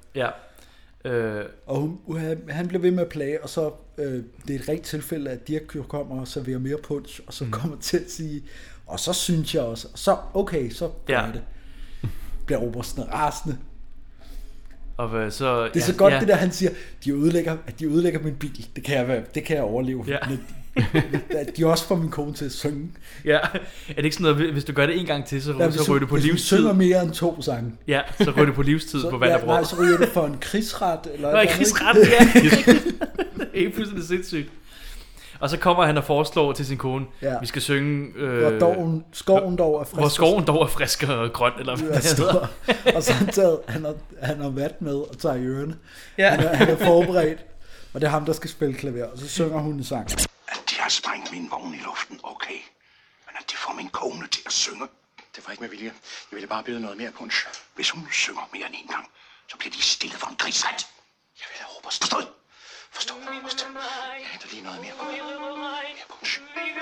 og han bliver ved med at plage, og så det er et rigtigt tilfælde, at Dirch kommer og serverer mere punch, og så kommer til at sige, og så synes jeg også, så okay, så gør jeg det. Bliver obersten rasende. Og så, det er så godt det der, han siger, de ødelægger min bil, det kan jeg overleve. Ja. De er også får min kone til at synge. Ja, er det ikke sådan noget, hvis du gør det en gang til, så ryger du på livstid? Hvis du synger mere end 2 sange. Ja, så ryger du på livstid på vand og brød. Nej, så ryger du for en krigsret. Eller krigsret, ja. Det er fuldstændig sindssygt. Og så kommer han og foreslår til sin kone, vi skal synge... Hvor skoven dog er frisk. Hvor skoven dog er frisk og grøn, eller hvad det hedder. Og så han har vat med og tager i ørerne. Ja. Han er forberedt, og det er ham, der skal spille klaver. Og så synger hun en sang. At de har sprængt min vogn i luften, okay. Men at de får min kone til at synge, det var ikke med vilje. Jeg ville bare bede noget mere punch. Hvis hun synger mere end en gang, så bliver de stillet for en krigsret. Jeg vil have Robert forstået. Forstå mig, Robert. Jeg henter lige noget mere punch. Mere punch.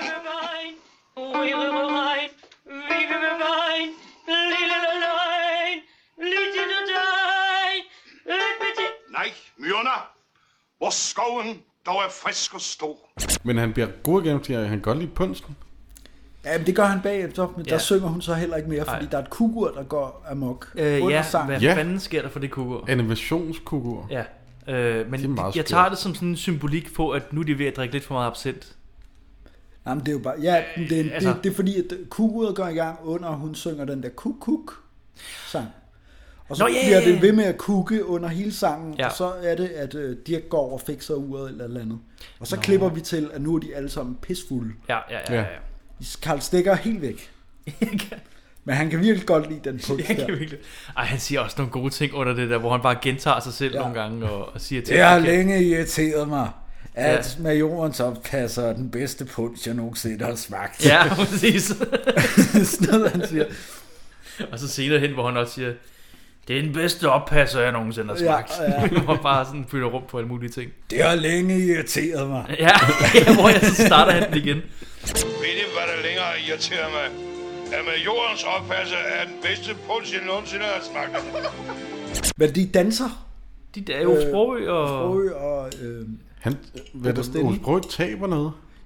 Nej, myrerne. Hvor skoven dog er frisk og stor. Men han bliver god igen, fordi han godt lide punchen. Ja, men det gør han bagefter, men der synger hun så heller ikke mere, fordi der er et kugur, der går amok under sangen. Hvad fanden sker der for det kugur? Animationskugur. Ja, men jeg tager det som sådan en symbolik på, at nu er de ved at drikke lidt for meget absint. Jamen det er jo bare, det er fordi, at kuguret går i gang under, og hun synger den der kuk sang. Og så bliver det ved med at kukke under hele sangen, og så er det, at Dirch går og fikser uret eller andet. Og så klipper vi til, at nu er de alle sammen pisfulde. Ja. Karl Stikker helt væk. Men han kan virkelig godt lide den punch der. Ej, han siger også nogle gode ting under det der, hvor han bare gentager sig selv nogle gange og siger til. Det har længe irriteret mig, at majorens opkasser er den bedste punch, jeg nogensinde har smagt. Ja, præcis. Sådan noget, han siger. Og så senere hen, hvor han også siger, det er den bedste oppasser, jeg nogensinde har smagt. Hvor bare sådan fylder rum på alle mulige ting. Det har længe irriteret mig. Ja, hvor jeg så starter han den igen. Ved I, hvad der længere irriterer mig? At majorens oppasser er den bedste punch, jeg nogensinde har smagt. Men de danser. De er jo Sprogø og... Sprogø og... Sprogø taber noget.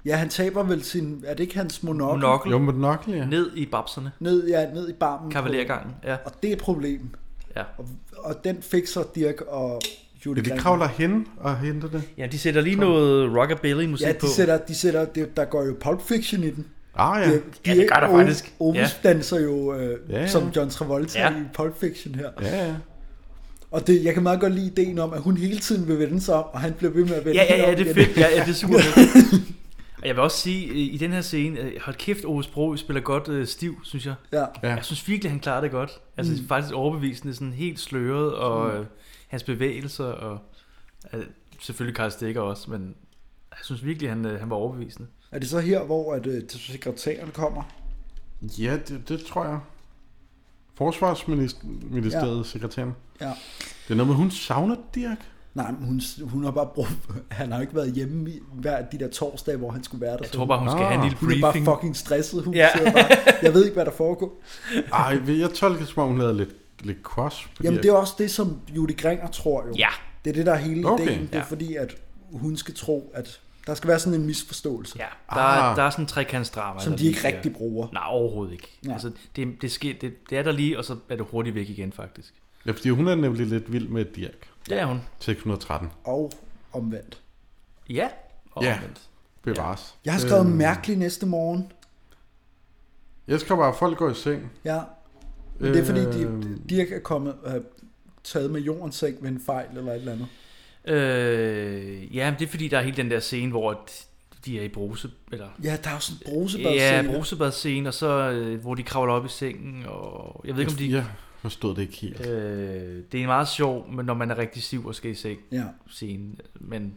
Ja, han taber vel sin... Er det ikke hans monokkel? Jo, monokkel, ja. Ned i babserne. Ned i barmen. Kavalergangen, ja. Og det er et problem. Ja. Og den fikser Dirk og Judy Grenger. De kravler hen og henter det. Ja, de sætter lige noget rockabilly-musik på. De sætter der går jo Pulp Fiction i den. Ja. Ja, det gør der faktisk. Ovis danser jo som John Travolta i Pulp Fiction her. Ja. Og jeg kan meget godt lide ideen om, at hun hele tiden vil vende sig om, og han bliver ved med at vende sig om. Ja, det er fedt. Ja, det er super fedt. Og jeg vil også sige, i den her scene, hold kæft, Ove Sprogøe spiller godt stiv, synes jeg. Ja. Jeg synes virkelig, han klarer det godt. Altså faktisk overbevisende, sådan helt sløret, og hans bevægelser, og selvfølgelig Karl Stikker også, men jeg synes virkelig, han var overbevisende. Er det så her, hvor sekretæren kommer? Ja, det tror jeg. Forsvarsministeriets sekretæren. Ja. Det er noget med, hun savner Dirk. Nej, men hun har bare brugt... Han har ikke været hjemme hver de der torsdage, hvor han skulle være der. Jeg tror bare, hun skal have en lille briefing. Hun er bare fucking stresset. Hun siger bare, jeg ved ikke, hvad der foregår. Jeg tolker som om, hun havde lidt cross. Jamen, det er også det, som Judy Grenger tror jo. Ja. Det er det, der er hele ideen. Det er fordi, at hun skal tro, at der skal være sådan en misforståelse. Ja, der er sådan en trekantsdrama. Som de ikke rigtig bruger. Nej, overhovedet ikke. Ja. Altså, det er der lige, og så er det hurtigt væk igen, faktisk. Ja, fordi hun er nemlig lidt vild med Dirk. Det er hun. 613. Og omvendt. Ja, omvendt. Bevares. Jeg har skrevet mærkeligt næste morgen. Jeg skal bare, folk går i seng. Ja. Men det er fordi, Dirk er kommet taget med jordens seng ved en fejl eller et eller andet. Ja, men det er fordi, der er hele den der scene, hvor de er i bruse, eller... Ja, der er jo sådan en brusebadscene. Ja, brusebadscene, og så hvor de kravler op i sengen, og jeg ved ikke, om de... Jeg forstod det ikke helt. Det er en meget sjov, men når man er rigtig stiv og skal i seng scene, men...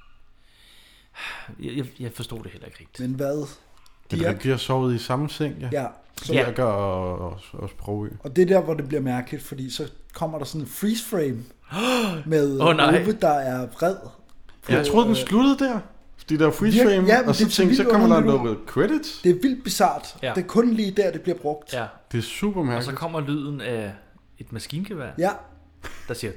Jeg forstod det heller ikke rigtigt. Men hvad? De har sovet i samme seng, ja. Dirk og Sprogøe. Og det er der, hvor det bliver mærkeligt, fordi så kommer der sådan en freeze frame med Ove, der er vred. Jeg troede, den sluttede der. Fordi der er freeze frame, og så kommer der noget credits. Det er vildt bizart. Ja. Det er kun lige der, det bliver brugt. Ja. Det er super mærkeligt. Og så kommer lyden af et maskingevær. Ja. Der siger...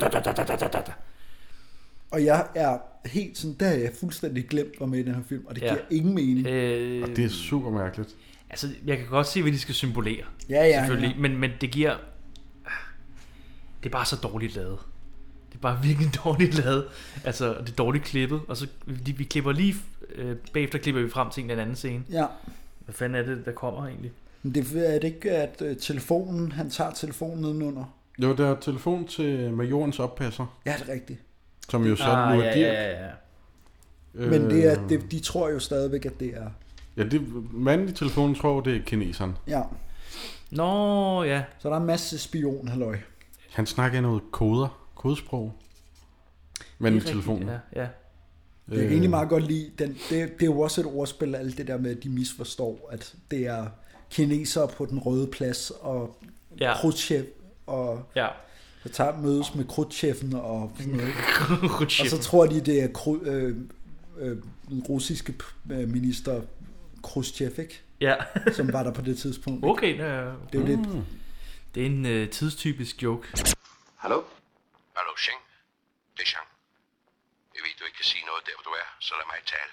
Og jeg er helt sådan, der er jeg fuldstændig glemt, var med i den her film, og det giver ingen mening. Og det er super mærkeligt. Altså, jeg kan godt se, hvad de skal symbolere. Ja. Selvfølgelig. Men det giver... Det er bare så dårligt lavet. Det er bare virkelig dårligt lavet. Altså, det er dårligt klippet. Og så vi klipper lige... bagefter klipper vi frem til en eller anden scene. Ja. Hvad fanden er det, der kommer egentlig? Men det er det ikke, at telefonen... Han tager telefonen nedenunder? Jo, der er telefon til majorens oppasser. Ja, det er rigtigt. Som jo så nu er Dirk. Ja. Men det er, de tror jo stadigvæk, at det er... Ja, manden i telefonen tror, det er kineseren. Ja. Nå, ja. Så der er en masse spionhalløj. Han snakker noget kodesprog. Manden i telefonen. Ja. Jeg kan egentlig meget godt lide, det er jo også et ordspil, alt det der med, at de misforstår, at det er kinesere på den røde plads, og Khrushchev, og der mødes med Khrushcheven og sådan noget. Og så tror de, det er den russiske minister Khrushchev, ikke? Ja. Som var der på det tidspunkt. Okay, det er lidt. Det er en tidstypisk joke. Hallo? Hallo, Cheng. Det er Cheng. Jeg ved, du ikke kan sige noget der, hvor du er, så lad mig tale.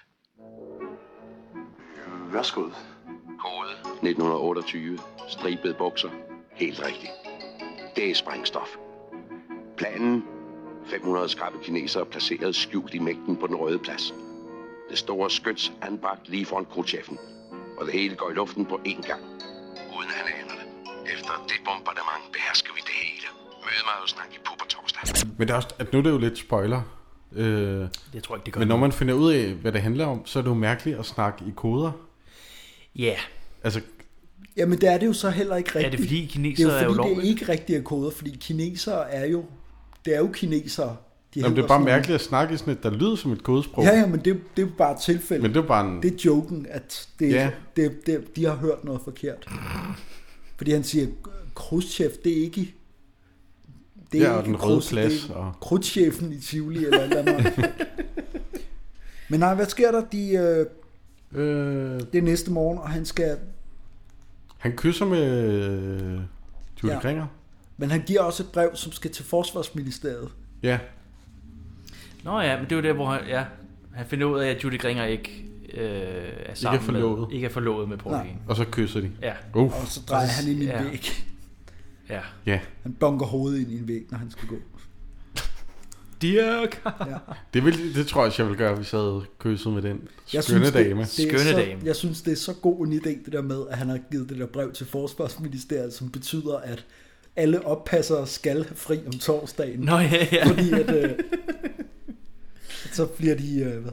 Værsgo. Kode 1928. Stribede bukser. Helt rigtigt. Det er sprængstof. Planen. 500 skarpe kinesere placeret skjult i mængden på den røde plads. Det store skyts anbragt lige foran Khrushcheven. Og det hele går i luften på én gang. Uden han aner det. Efter det bombardement behersker vi det hele. Møde mig og snak i Puber torsdag. Men det er også, at nu er det jo lidt spoiler. Jeg tror ikke, det gør. Men når man finder ud af, hvad det handler om, så er det jo mærkeligt at snakke i koder. Ja. Yeah. Altså... Jamen det er det jo så heller ikke rigtigt. Er det fordi kinesere er jo fordi det er ikke rigtige koder, fordi kinesere er jo... Det er jo kinesere. Jamen, det er bare mærkeligt at snakke i sådan et, der lyder som et kodesprog. Ja, men det er jo bare et tilfælde. Men det er bare en... Det er joken, at de har hørt noget forkert. Fordi han siger, Khrushchev, det er ikke... Det er ikke den røde plads. Og... Khrushcheven i Tivoli eller andet. Men nej, hvad sker der? Det er næste morgen, og han skal... Han kysser med Judy Grenger. Men han giver også et brev, som skal til Forsvarsministeriet. Ja. Nå ja, men det er jo der, hvor han finder ud af, at Judy Grenger ikke er sammen med, ikke er forlovet med Paul Hagen. Og så kysser de. Ja. Og så drejer han ind i en væg. Ja. Han bunker hovedet ind i en væg, når han skal gå. Dirk. Det tror jeg vil gøre, hvis jeg havde kysset med den skønne dame. Jeg synes, det er så god en idé, det der med, at han har givet det der brev til Forsvarsministeriet, som betyder, at alle oppassere skal have fri om torsdagen. Nå ja. Fordi at så bliver de,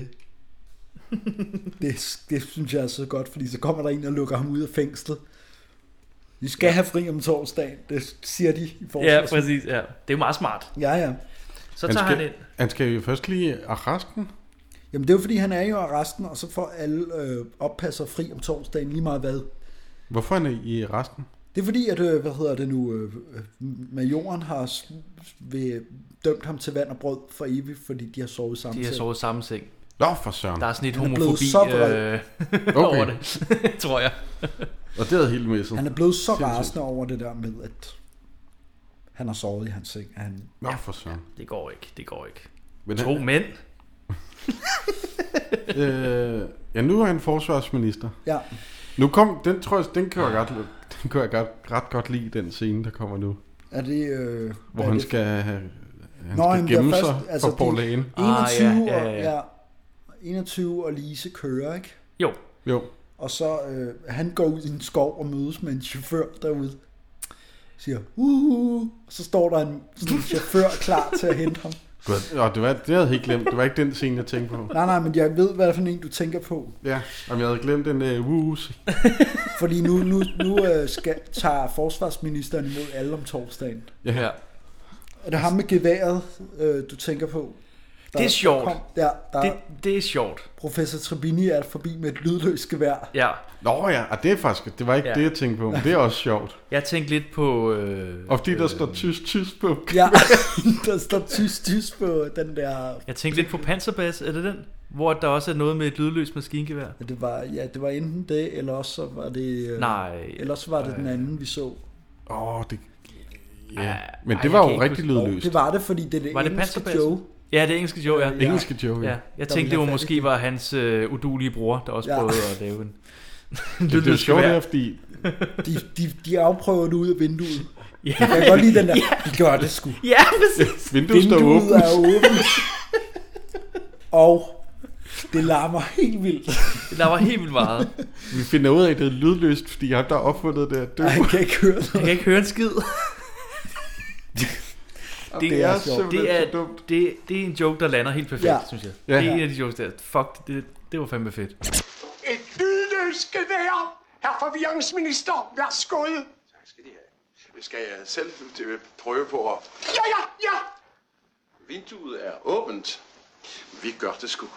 det synes jeg er så godt, fordi så kommer der en og lukker ham ud af fængslet. De skal have fri om torsdagen, det siger de i Forsvarsministeriet. Ja, præcis. Ja. Det er jo meget smart. Ja. Så tager han ind. Han skal jo først lige arresten. Jamen det er jo fordi, han er jo i arresten, og så får alle oppasser fri om torsdagen lige meget hvad. Hvorfor er han i arresten? Det er fordi, at, majoren har dømt ham til vand og brød for evigt, fordi de har sovet samme seng. De har sovet samme seng. Nå, for søren. Der er sådan et homofobi over det, tror jeg. Og det er helt misset. Han er blevet så rasende over det der med, at han har sovet i hans seng. Nå, for søren. Det går ikke. Men 2 mænd. Nu er han forsvarsminister. Ja. Nu kom, den tror jeg, den kan jeg ret godt lide, den scene, der kommer nu. Er det... hvor han skal gemme sig for Paul Hagen. 21 og Lise kører, ikke? Jo. Og så han går ud i en skov og mødes med en chauffør derude. Siger, og så står der en chauffør klar til at hente ham. Det havde jeg helt glemt. Det var ikke den scene, jeg tænkte på. Nej, men jeg ved, hvad det er for en, du tænker på. Ja, og jeg havde glemt den woos. Fordi nu tager forsvarsministeren imod alle om torsdagen. Ja. Er det ham med geværet, du tænker på? Det er sjovt. Det er sjovt. Professor Tribini er forbi med et lydløst gevær. Ja. Nå ja, og det var ikke det, jeg tænkte på. Men det er også sjovt. Jeg tænkte lidt på... og fordi der står tysk på. Ja, der står tysk på den der... Jeg tænkte lidt på Panzerbas, er det den? Hvor der også er noget med et lydløst maskingevær. Det var enten det, eller også var det... Ellers var det den anden, vi så. Men det var jo rigtig lydløst. Det var det, fordi det er det engelske Joe. Ja, det engelske Joe, ja. Engelske Joe, ja. Jeg tænkte, det var måske var hans udulige bror, der også prøvede at lave en... Det er sjovt her, fordi... de afprøver det ud af vinduet. Ja. Jeg kan godt lide den der. De gør det sgu. Ja, præcis. Vinduet er åbent. Og det larmer helt vildt. Det larmer helt vildt meget. Vi finder ud af, at det er lydløst, fordi jeg har opfundet det. Han kan ikke høre noget. Han kan ikke høre en skid. Det er så dumt. Det er en joke, der lander helt perfekt, synes jeg. Det er en af de jokes der. Fuck, det var fandme fedt. Et lydløst gevær, herr forvirringsminister. Værsgo. Tak skal de have. Skal jeg selv prøve på at... Ja. Vinduet er åbent. Vi gør det sgu.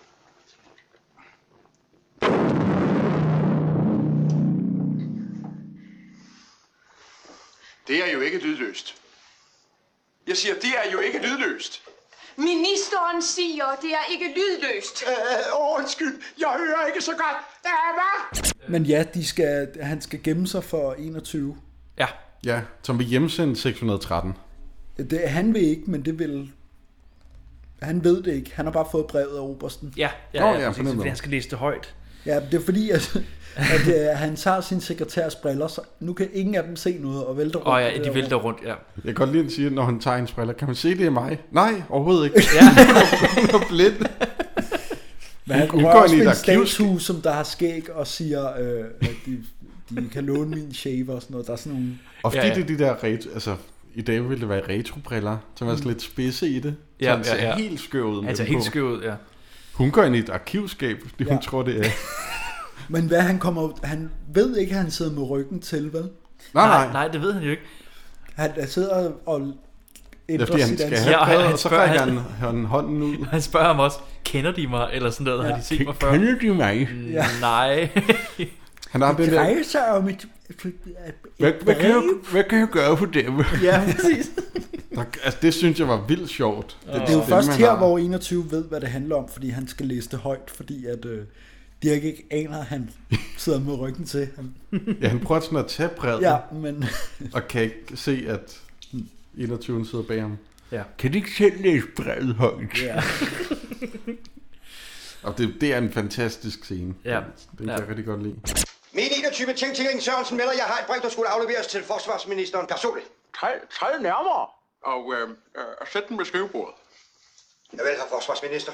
Det er jo ikke lydløst. Jeg siger, det er jo ikke lydløst. Ministeren siger, det er ikke lydløst. Undskyld, jeg hører ikke så godt. Hvad? Men ja, han skal gemme sig for 21. Ja, som vil hjemsende 613. Han vil ikke, men det vil... Han ved det ikke. Han har bare fået brevet af obersten. Ja, fordi han skal læse det højt. Ja, det er fordi, at han tager sin sekretærs briller, så nu kan ingen af dem se noget og vælter rundt. Ja, de vælter rundt, ja. Jeg kan godt lide at sige, når han tager ens briller, kan man se, det er mig? Nej, overhovedet ikke. Ja. Hun er blind. Men han går også med en statue, som der har skæg og siger, at de kan låne min shave og sådan noget. Der er sådan nogle... Og fordi det er de der i dag ville det være retrobriller, som er sådan lidt spidse i det. Så han ser helt skøv ud. Han ser helt skøv ud, ja. Hun går ind i et arkivskab, fordi hun tror, det er... Men hvad han ved ikke, at han sidder med ryggen til, vel? Nej, det ved han jo ikke. Han sidder og ændrer sit ansigt. Og så rækker han hånden ud. Han spørger ham også, kender de mig? Eller sådan noget, har de set mig før? Kender de mig? Nej. Han har det drejer sig om et hvad kan jeg gøre for dem? Ja, præcis. Det synes jeg var vildt sjovt. Det er jo først her, hvor 21 ved, hvad det handler om, fordi han skal læse det højt, fordi at Dirk ikke aner, at han sidder med ryggen til. Ja, han prøver sådan at tage brevet. Ja, men... og kan ikke se, at 21 sidder bag ham. Ja. Kan de ikke selv læse brevet højt? Ja. Og det er en fantastisk scene. Ja. Den kan jeg rigtig godt lide. Min 21 ting til Sørensen melder, jeg har et brev, der skulle afleveres til forsvarsministeren personligt. Træd nærmere og sæt den ved skrivebordet. Javel, herr forsvarsminister.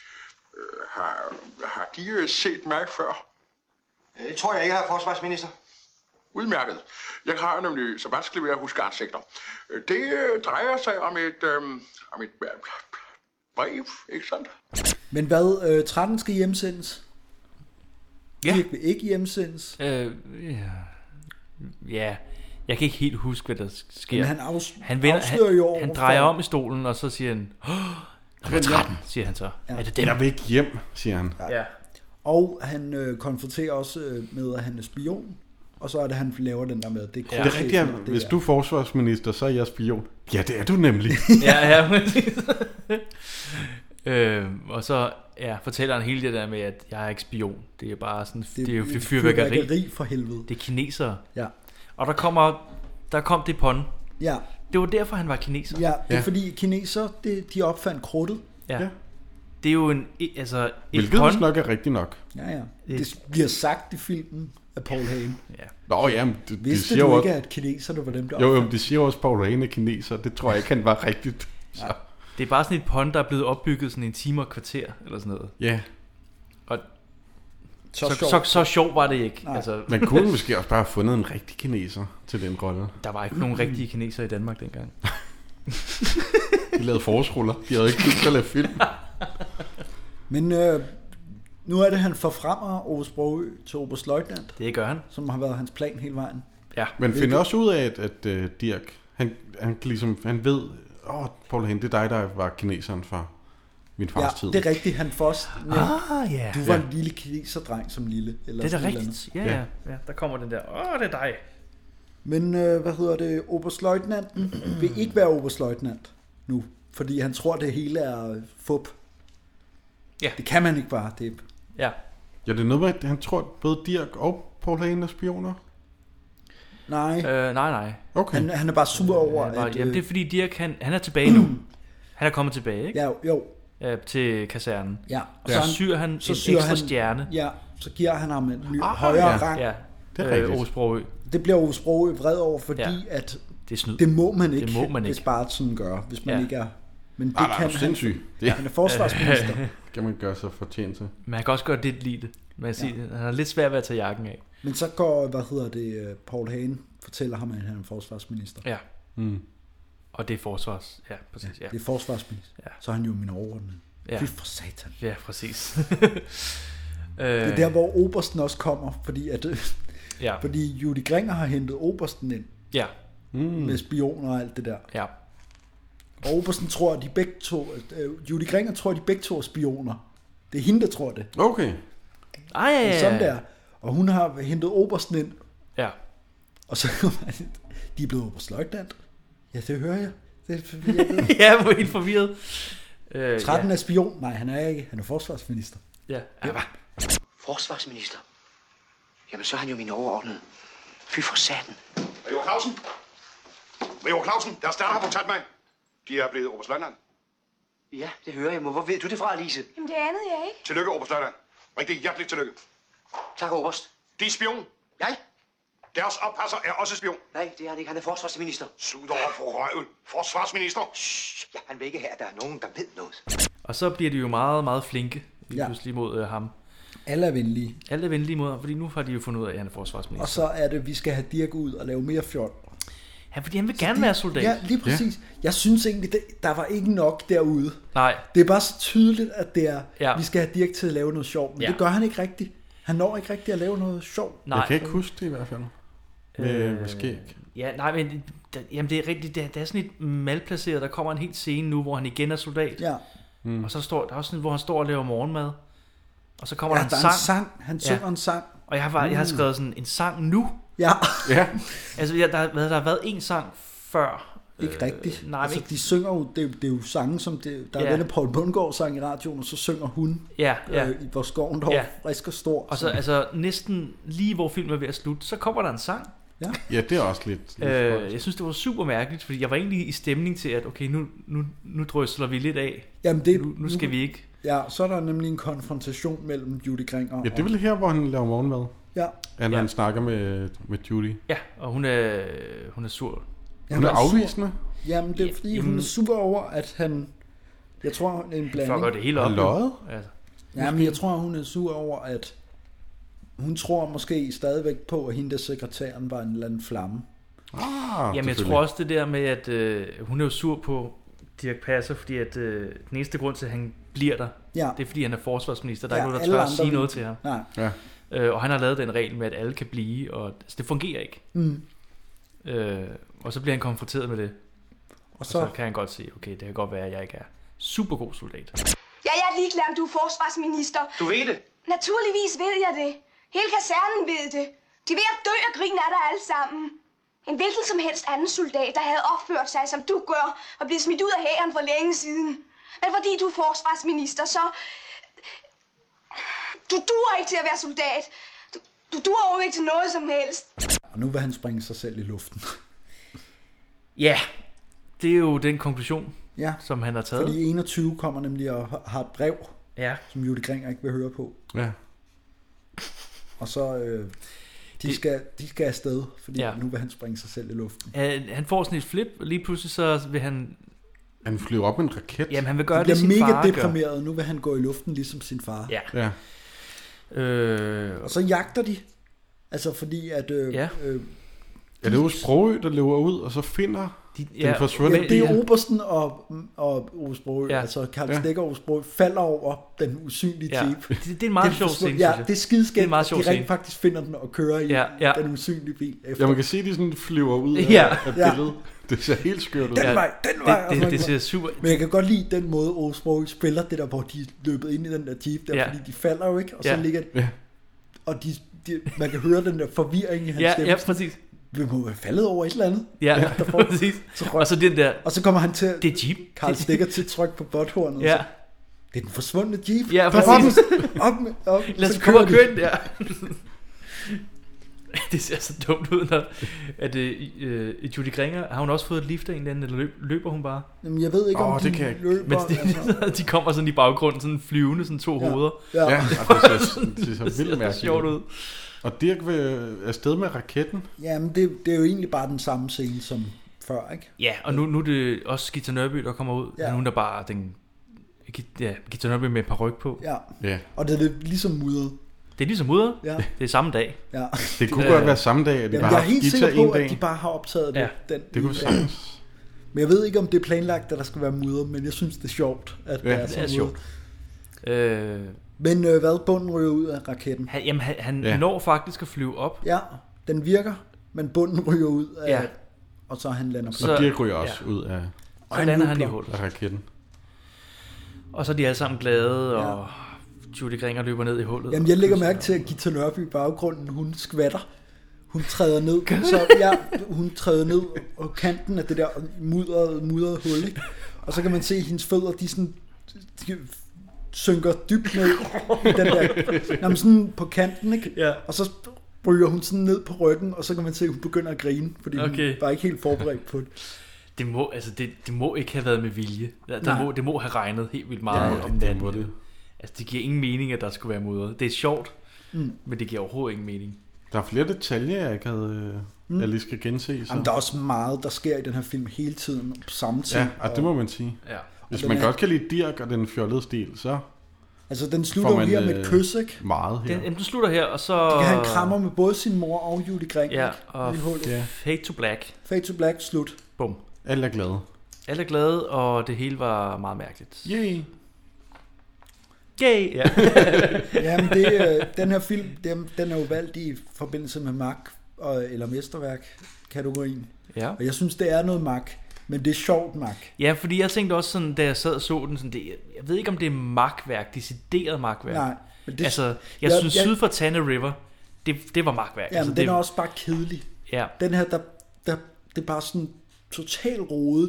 Har de set mig før? Det tror jeg ikke, herr forsvarsminister. Udmærket. Jeg har nemlig så vanskeligt ved at huske ansigter. Det drejer sig om et brev, ikke sandt? Men hvad? 13 skal hjemsendes? Ja. Dirk vil ikke hjemsendes? Ja. Jeg kan ikke helt huske, hvad der sker. Men han drejer om i stolen, og så siger han... Nummer 13, siger han så. Ja. Er det den? Der vil ikke hjem, siger han. Ja. Og han konfronterer også med, at han er spion. Og så er det, han laver den der med, det er rigtigt, ja. Hvis du er forsvarsminister, så er jeg spion. Ja, det er du nemlig. ja. Og så fortæller han hele det der med, at jeg er ikke spion. Det er bare sådan, det er jo fyrværkeri for helvede. Det er kinesere. Ja. Og der kom det pånd. Ja. Det var derfor, han var kineser. Ja, det er fordi kineser, de opfandt krudtet. Ja. Det er jo en hvilket pånd nok er rigtigt nok. Ja. Det bliver sagt i filmen af Paul Hagen. Ja. Nå, jamen, vidste du ikke, at kineserne var dem, der opfandt? Jo, de siger også, at Paul Hagen er kineser. Det tror jeg ikke, han var rigtigt. Ja. Det er bare sådan et pond, der er blevet opbygget sådan en time og kvarter, eller sådan noget. Ja. Og så sjov var det ikke. Altså. Man kunne måske også bare have fundet en rigtig kineser til den rolle. Der var ikke nogen rigtige kinesere i Danmark dengang. De lavede forårsruller. De havde ikke lyst at lave film. Men nu er det, han forfremmer Ove Sprogøe til oberstløjtnant. Det gør han. Som har været hans plan hele vejen. Ja. Men finder også ud af, at Dirk, han ved, Paul Hagen, det er dig, der var kineseren for min fars tid. Ja, det er rigtigt. Han først. Yeah. Du var en lille kineserdreng som lille. Eller det er da rigtigt. Ja. Der kommer den der. Det er dig. Men oberstløjtnanten vil ikke være oberstløjtnant nu, fordi han tror, det hele er fup. Ja. Det kan man ikke bare. Ja, det er noget med, at han tror, at både Dirk og Paul Hagen er spioner. Nej. Nej. Okay. Han er bare sur over, jamen, det er fordi Dirk, han er tilbage nu. Han er kommet tilbage, ikke? Ja, jo. Til kasernen. Ja. Og så syr han en ekstra stjerne. Ja, så giver han ham en ny højere rang. Ja, det er rigtigt. Ove Sprogøe. Det bliver Ove Sprogøe vred over, fordi at det er snyd. Det må man ikke, hvis Bartsen gør, hvis man ikke er. Men det kan han. Han er forsvarsminister. Kan man gøre sig fortjent til. Men han kan også gøre det lite. Han er lidt svært ved at tage jakken af. Men så går, Paul Hagen fortæller ham, at han er forsvarsminister. Ja. Og det er forsvars. Ja, præcis. Ja. Det er forsvarsminister. Ja. Så er han jo min overordnede. Ja. Fy for satan. Ja, præcis. Det er der, hvor obersten også kommer, fordi Judy Gringer har hentet obersten ind. Ja. Med spioner og alt det der. Ja. Og obersten tror, at de begge to... Judy Gringer tror, at de begge to er spioner. Det er hende, der tror det. Okay. Ja. Sådan der. Og hun har hentet obersten ind. Ja. Og så de er blevet oberstløjtnant. Ja, det hører jeg. Jeg var helt forvirret. 13 er spion. Nej, han er ikke. Han er forsvarsminister. Ja. Forsvarsminister? Jamen, så er han jo min overordnede. Fy for satan. Major Clausen, deres datter har fortalt mig. De er blevet oberstløjtnant. Ja, det hører jeg. Hvor ved du det fra, Lise? Jamen, det anede jeg ikke. Tillykke, oberstløjtnant. Rigtig hjerteligt tillykke. Tak, oberst. De er spion. Jeg? Deres oppasser er også spion. Nej, det er han ikke. Han er forsvarsminister. Sud over for røven. Forsvarsminister. Ja, han vil ikke have, at der er nogen, der ved noget. Og så bliver de jo meget, meget flinke pludselig mod ham. Alle er venlige. Alle er venlige mod ham, fordi nu har de jo fundet ud af, at han er forsvarsminister. Og så er det, vi skal have Dirk ud og lave mere fjol. Ja, fordi han vil gerne være soldat. Ja, lige præcis. Ja. Jeg synes egentlig, der var ikke nok derude. Nej. Det er bare så tydeligt, at det er, vi skal have Dirk til at lave noget sjov. Men det gør han ikke rigtigt. Han når ikke rigtigt at lave noget sjov. Nej. Jeg kan ikke huske det i hvert fald. Med skæg. Ja, nej, men jamen det er rigtigt. Det er sådan et malplaceret. Der kommer en helt scene nu, hvor han igen er soldat. Ja. Og så står der også sådan, hvor han står og laver morgenmad. Og så kommer der en sang. Han synger en sang. Og jeg har skrevet sådan en sang nu. Ja. Altså der har været en sang før. Ikke rigtigt. Nej, altså, de synger jo, det er jo sange, som der er denne Poul Bundgaard sang i radioen, og så synger hun, hvor skoven der frisk og stor. Og så altså næsten lige hvor filmen er ved at slutte, så kommer der en sang. Ja, det er også lidt jeg synes, det var super mærkeligt, fordi jeg var egentlig i stemning til, at okay, nu drøsler vi lidt af. Jamen nu skal vi ikke. Ja, så er der nemlig en konfrontation mellem Judy Gringer Ja, det er vel her, hvor han laver morgenmad. Ja. Når han snakker med Judy. Ja, og hun er sur. Ja, hun er afvisende. Jamen, det er fordi, hun er sur over, at han... Jeg tror, det er en blanding. Fucker det hele op. Løjet? Altså. Jamen, jeg tror, hun er sur over, at hun tror måske stadigvæk på, at hende der sekretæren var en eller anden flamme. Jamen, jeg tror også det der med, at hun er jo sur på Dirch Passer, fordi at den eneste grund til, at han bliver der, det er fordi, han er forsvarsminister. Der er ikke nogen, der tør at sige noget til ham. Nej. Ja. Og han har lavet den regel med, at alle kan blive, og det fungerer ikke. Og så bliver han konfronteret med det. Og så kan han godt se, okay, det kan godt være, at jeg ikke er super god soldat. Ja, jeg er ligeglad, om du er forsvarsminister. Du ved det? Naturligvis ved jeg det. Hele kasernen ved det. De er ved at dø og grine af dig alle sammen. En hvilken som helst anden soldat, der havde opført sig, som du gør, og blevet smidt ud af hæren for længe siden. Men fordi du er forsvarsminister, så... Du duer ikke til at være soldat. Du duer jo ikke til noget som helst. Og nu vil han springe sig selv i luften. Ja, det er jo den konklusion, som han har taget. Fordi 21 kommer nemlig og har et brev, som Judy Gringer ikke vil høre på. Ja. Og så... De skal afsted, fordi nu vil han springe sig selv i luften. Han får sådan et flip, og lige pludselig så vil han... Han flyver op med en raket. Jamen, han vil gøre det, sin mega far deprimeret. Nu vil han gå i luften ligesom sin far. Ja. Og så jagter de. Altså fordi at... Ja, det er jo Sprogø, der løber ud, og så finder den forsvundne. Ja, det er Obersten og Ove Sprogø. Altså Karl Stikker og Ove Sprogø falder over den usynlige jeep. Det er en meget sjov scene, Ja, det er skideskægt, at de rent rent faktisk finder den og kører i den usynlige bil efter. Ja, man kan se, at de sådan flyver ud af billedet. Det ser helt skørt ud. Den vej. Det ser super... Men jeg kan godt lide den måde, Ove Sprogø spiller det der, hvor de er løbet ind i den der jeep der, fordi de falder jo ikke, og så ligger de... Og man kan høre den der forvirring i hans stemme. Ja, præcis. Vi må være faldet over et eller andet. Ja, præcis. Og så den der... Og så kommer han til... Det er Jeep. Karl Stikker til tryk på botthornet. Ja. Det er den forsvundne Jeep. Ja, præcis. Op. Lad os prøve at køre den der. Det ser så dumt ud, når... At Judy Gringer, har hun også fået et lift af en eller anden, eller løber hun bare? Jamen, jeg ved ikke, om de løber... Men de kommer sådan i baggrunden, sådan flyvende, sådan to hoveder. Ja, det ser vildt mærkeligt sjovt ud. Og Dirch vil afsted med raketten. Jamen, det er jo egentlig bare den samme scene som før, ikke? Ja, og nu er det også Gita Nørby, der kommer ud. Ja. Hun er bare den... Gita Nørby med et par ryg på. Ja. Og det er ligesom mudret. Det er ligesom mudret? Ja. Det er samme dag. Ja. Det kunne godt være samme dag, at de bare har Gita en dag. Jeg er helt sikker på, at de bare har optaget det. Det kunne sagtens. Men jeg ved ikke, om det er planlagt, at der skal være mudret, men jeg synes, det er sjovt, at det er så mudret. Men hvad, bunden ryger ud af raketten? Han når faktisk at flyve op. Ja, den virker, men bunden ryger ud af, og så han lander på. Og Dirch ryger også ud af, og så lander han i hullet af raketten. Og så er de alle sammen glade, og Judy Gringer løber ned i hullet. Jamen, jeg lægger mærke til, at Gita Nørby i baggrunden, hun skvatter. Hun træder ned, hun træder ned og kanten af det der mudrede hul, ikke? Og så kan man se, at hendes fødder, de synker dybt ned i den der, sådan på kanten, ikke? Ja. Og så ryger hun sådan ned på ryggen, og så kan man se, at hun begynder at grine, fordi hun var ikke helt forberedt på det. Det må ikke have været med vilje. Det må have regnet helt vildt meget om natten. Altså, det giver ingen mening, at der skulle være mudret. Det er sjovt, men det giver overhovedet ingen mening. Der er flere detaljer, jeg lige skal gense. Så. Jamen, der er også meget, der sker i den her film hele tiden på samme tid. Ja, og det må man sige. Ja. Hvis man godt kan lide Dirch og den fjollede stil, så... Altså, den slutter jo her med et kys, ikke? Meget her. Den slutter her, og så... Det kan han krammer med både sin mor og Judy Gringer. Ja, og Fade to Black. Fade to Black, slut. Bum. Alle er glade. Alle er glade, og det hele var meget mærkeligt. Yay! Yay! Ja. Jamen, den her film, den er jo valgt i forbindelse med Mac eller mesterværk-kategorien. Ja. Og jeg synes, det er noget Mac. Men det er sjovt, Mac. Ja, fordi jeg tænkte også sådan, da jeg sad og så den, sådan, jeg ved ikke, om det er Mac-værk, decideret Mac-værk. Nej. Men det, altså, jeg synes, Syd for Tana River, det var Mac-værk. Ja, altså, men den er også bare kedelig. Ja. Den her, det er bare sådan totalt rodet,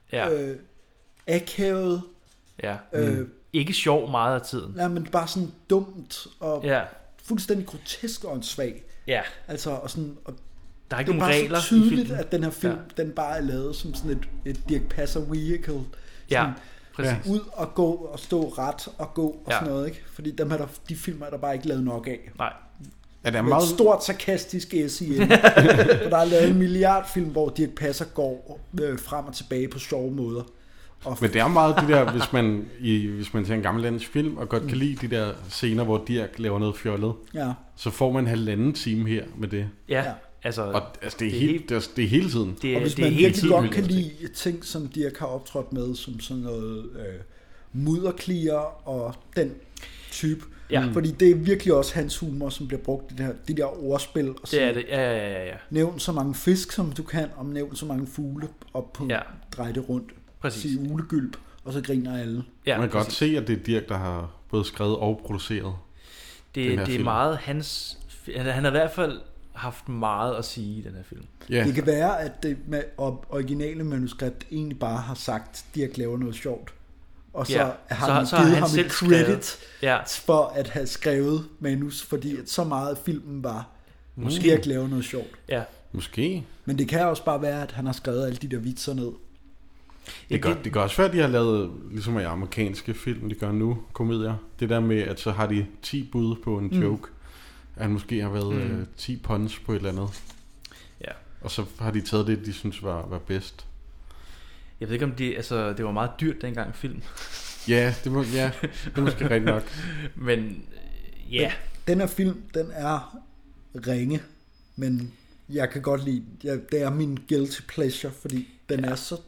akavet. Ja. Ikke sjov meget af tiden. Ja, men bare sådan dumt og fuldstændig grotesk og svag. Ja. Altså, og sådan... Og der er ikke nogen regler. Det er bare så tydeligt, at den her film, den bare er lavet som sådan et Dirch Passer vehicle. Ja. ud og gå og stå ret og gå og sådan noget, ikke? Fordi de film er der bare ikke lavet nok af. Nej. Ja, det er meget... Et stort sarkastisk S i enden. For der er lavet 1 milliard film, hvor Dirch Passer går frem og tilbage på sjove måder. Men det er meget det der, hvis man ser en gammeldansk film og godt kan lide de der scener, hvor Dirch laver noget fjollet, så får man 1,5 time her med det. Ja, altså... Og altså, det er hele tiden. Og hvis man virkelig godt kan lide ting, som Dirch har optrådt med, som sådan noget mudderklier og den type. Ja. Fordi det er virkelig også hans humor, som bliver brugt i de der ordspil. Og det er det, ja. Nævn så mange fisk, som du kan, og nævn så mange fugle op på drej det rundt. Præcis. Sige ulegylp, og så griner alle. Ja, man kan godt se, at det er Dirch, der har både skrevet og produceret det er meget hans... Han har i hvert fald haft meget at sige i den her film. Yeah. Det kan være, at det med originale manuskript egentlig bare har sagt, Dirch laver noget sjovt. Og så har han givet ham et credit for at have skrevet manus, fordi at så meget af filmen var, Dirch laver noget sjovt. Ja. Måske. Men det kan også bare være, at han har skrevet alle de der vitser ned. Det kan også være, at de har lavet, ligesom i amerikanske film, de gør nu, komedier. Det der med, at så har de 10 bud på en joke. At han måske har været 10 puns på et eller andet. Ja. Og så har de taget det, de synes var bedst. Jeg ved ikke, om det var meget dyrt dengang film. Ja, det er måske rigtigt nok. Men ja. Den her film, den er ringe, men jeg kan godt lide, det er min guilty pleasure, fordi den er så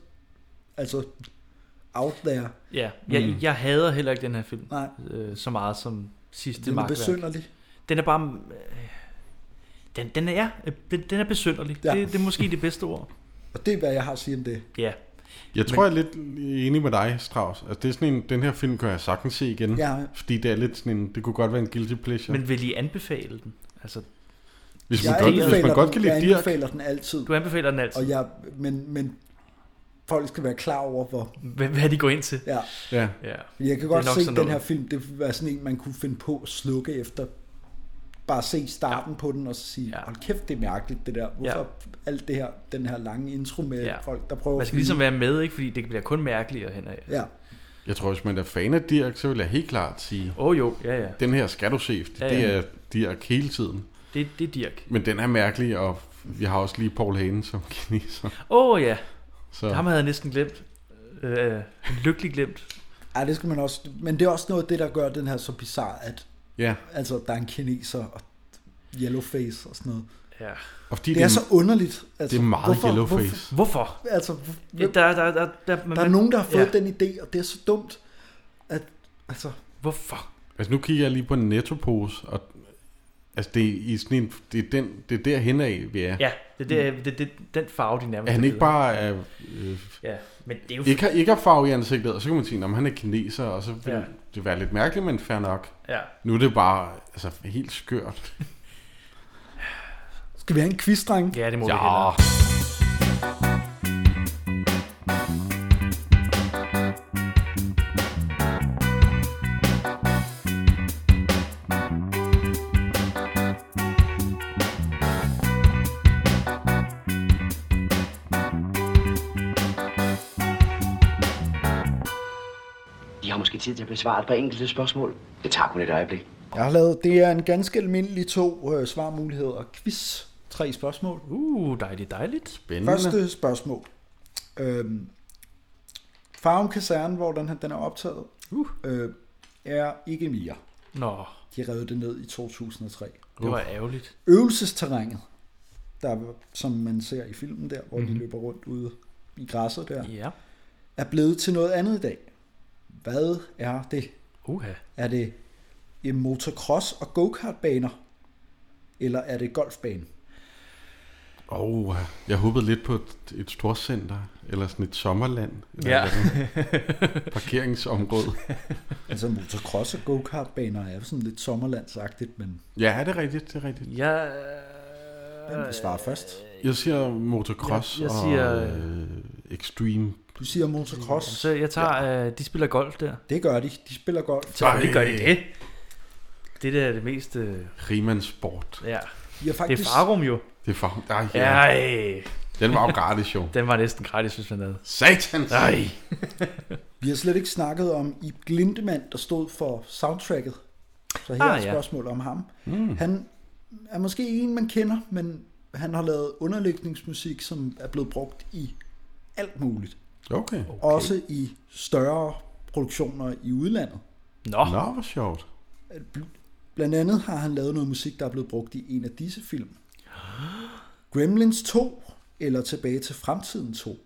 out there. Ja, jeg hader heller ikke den her film. Så meget som sidste magtværk. Den er besynderlig. Den er bare... Den er besynderlig. Ja. Det er måske det bedste ord. Og det er, hvad jeg har at sige om det. Ja. Jeg tror, jeg er lidt enig med dig, Strauss. Altså, det er sådan den her film kan jeg sagtens se igen. Ja. Fordi det er lidt sådan det kunne godt være en guilty pleasure. Men vil I anbefale den? Altså... Hvis man godt kan lide Dirch. Jeg anbefaler den altid. Du anbefaler den altid? Og men folk skal være klar over, hvad de går ind til. Ja. Jeg kan godt se den her film, det vil være sådan en, man kunne finde på at slukke efter. Bare se starten på den, og så sige, hold kæft, det er mærkeligt det der. Hvorfor alt det her, den her lange intro med folk, der prøver... Man skal ligesom være med, ikke? Fordi det bliver kun mærkeligere henad. Ja. Jeg tror, hvis man er fan af Dirch, så vil jeg helt klart sige... jo, ja. Den her skal du se, det er Dirch hele tiden. Det er Dirch. Men den er mærkelig, og vi har også lige Paul Hagen som kineser. Ja. Så. Ham havde jeg næsten glemt. Lykkelig glemt. Ja, det skal man også. Men det er også noget af det, der gør den her så bizarre, at altså, der er en kineser og yellowface og sådan noget. Ja. Og fordi det er så underligt. Altså, det er meget yellowface. Hvorfor? Altså, der er nogen, der har fået den idé, og det er så dumt, at altså... Hvorfor? Altså, nu kigger jeg lige på en Netto-pose, og altså, det er i sådan en, det er derhen af, vi er. Ja, det er den farve, de nærmest. Er han ikke bare... ja, men det er jo... Ikke har farve i ansigtet, og så kan man sige, at han er kineser, og så vil det være lidt mærkeligt, men fair nok. Ja. Nu er det bare helt skørt. Skal vi have en quiz, dreng? Ja, det må vi hellere. I har måske tid til at besvare et par enkelte spørgsmål. Det tager kun et øjeblik. Jeg har lavet, det er en ganske almindelig 2 svarmuligheder quiz. 3 spørgsmål. Dejligt. Spændende. Første spørgsmål. Farum Kaserne, hvor den er optaget, er ikke mere. Nå. De rev det ned i 2003. Det var ærgerligt. Øvelsesterrænet, der, som man ser i filmen der, hvor de løber rundt ude i græsset der, er blevet til noget andet i dag. Hvad er det? Er det en motocross- og go-kart-baner? Eller er det golfbane? Jeg håbede lidt på et storcenter, eller sådan et sommerland, eller parkeringsområde. Altså motocross- og go-kart-baner er sådan lidt sommerlandsagtigt, men... Ja, det er rigtigt, Hvem vil svare først? Jeg siger motocross jeg siger, og extreme. Du siger motocross. Så jeg tager, de spiller golf der. Det gør de. De spiller golf. Selvfølgelig gør de det. Det der er det mest... Rimansport. Ja. Faktisk... Det er Farum jo. Det er Farum. Den var jo gratis, jo. Den var næsten gratis, hvis man havde. Satans! Nej. Vi har slet ikke snakket om Ib Glindemann, der stod for soundtracket. Så her er et spørgsmål om ham. Han er måske en, man kender, men han har lavet underlægningsmusik, som er blevet brugt i alt muligt. Okay. Også i større produktioner i udlandet. Nå, hvor sjovt. Blandt andet har han lavet noget musik, der er blevet brugt i en af disse film. Gremlins 2 eller Tilbage til fremtiden 2.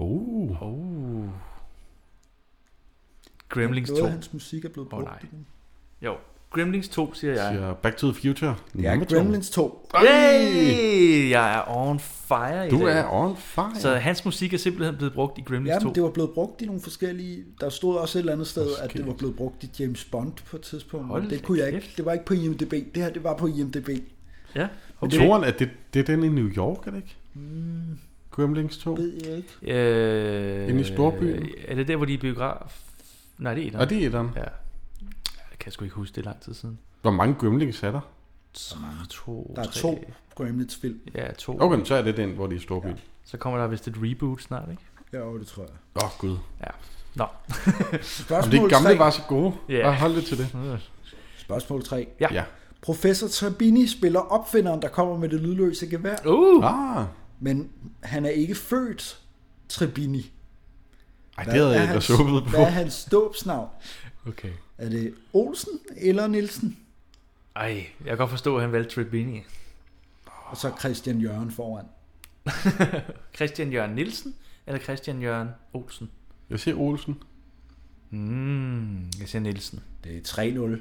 Gremlins 2. Noget af hans musik er blevet brugt i den. Jo, Gremlins 2, siger jeg. Siger Back to the Future. Ja, Gremlins 2. Hey! Jeg er on fire i dag. Du er on fire. Så hans musik er simpelthen blevet brugt i Gremlins 2. Ja, det var blevet brugt i nogle forskellige... Der stod også et eller andet sted, at det var blevet brugt i James Bond på et tidspunkt. Det kunne jeg ikke. Det var ikke på IMDb. Det her, det var på IMDb. Ja. Okay. Toren, er det den i New York, er det ikke? Gremlins 2? Ved jeg ikke. Inde i storbyen? Er det der, hvor de er biograf? Nej, det er etteren. Og det er etteren? Ja. Jeg kan sgu ikke huske det lang tid siden. Hvor mange Gremlins er der? Der er 2 Gremlins-film. Ja, 2. Okay, så er det den, hvor de er i storbyen. Ja. Så kommer der vist et reboot snart, ikke? Ja, det tror jeg. Gud. Ja. Nå. Spørgsmål de gamle 3. var så gode. Ja. Hold det til det. Spørgsmål 3. Ja. Professor Trebini spiller opfinderen, der kommer med det lydløse gevær. Men han er ikke født Trebini. Ej, det havde jeg da såbet på. Hvad er hans dåbsnavn? Okay. Er det Olsen eller Nielsen? Ej, jeg kan godt forstå, at han valgte Trebini. Og så Christian Jørgen foran. Christian Jørgen Nielsen eller Christian Jørgen Olsen? Jeg siger Olsen. Jeg siger Nielsen. Det er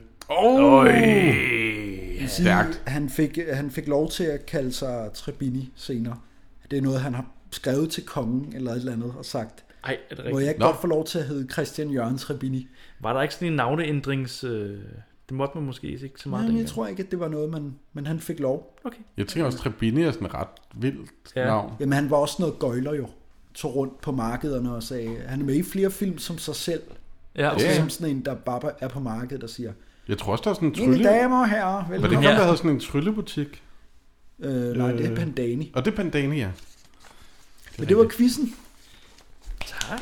3-0. Stærkt. Han fik lov til at kalde sig Trebini senere. Det er noget, han har skrevet til kongen eller et eller andet og sagt. Ej, er det rigtigt? Må jeg ikke godt få lov til at hedde Christian Jørgen Trebini? Var der ikke sådan en navneændrings... Det måtte man måske ikke så meget. Nej, jeg tror ikke, at det var noget, men han fik lov. Okay. Jeg tænker også, Trebini er sådan ret vildt navn. Jamen, han var også noget gøjler jo. Tog rundt på markederne og sagde, han er med i flere film som sig selv. Ja, okay. Altså som sådan en, der bare er på markedet og siger, jeg tror også, der er sådan en mine damer og herrer, velkommen. Var det ikke der havde sådan en tryllebutik? Nej, det er Pandani. Og det er Pandani, ja. Men det var quizzen. Tak.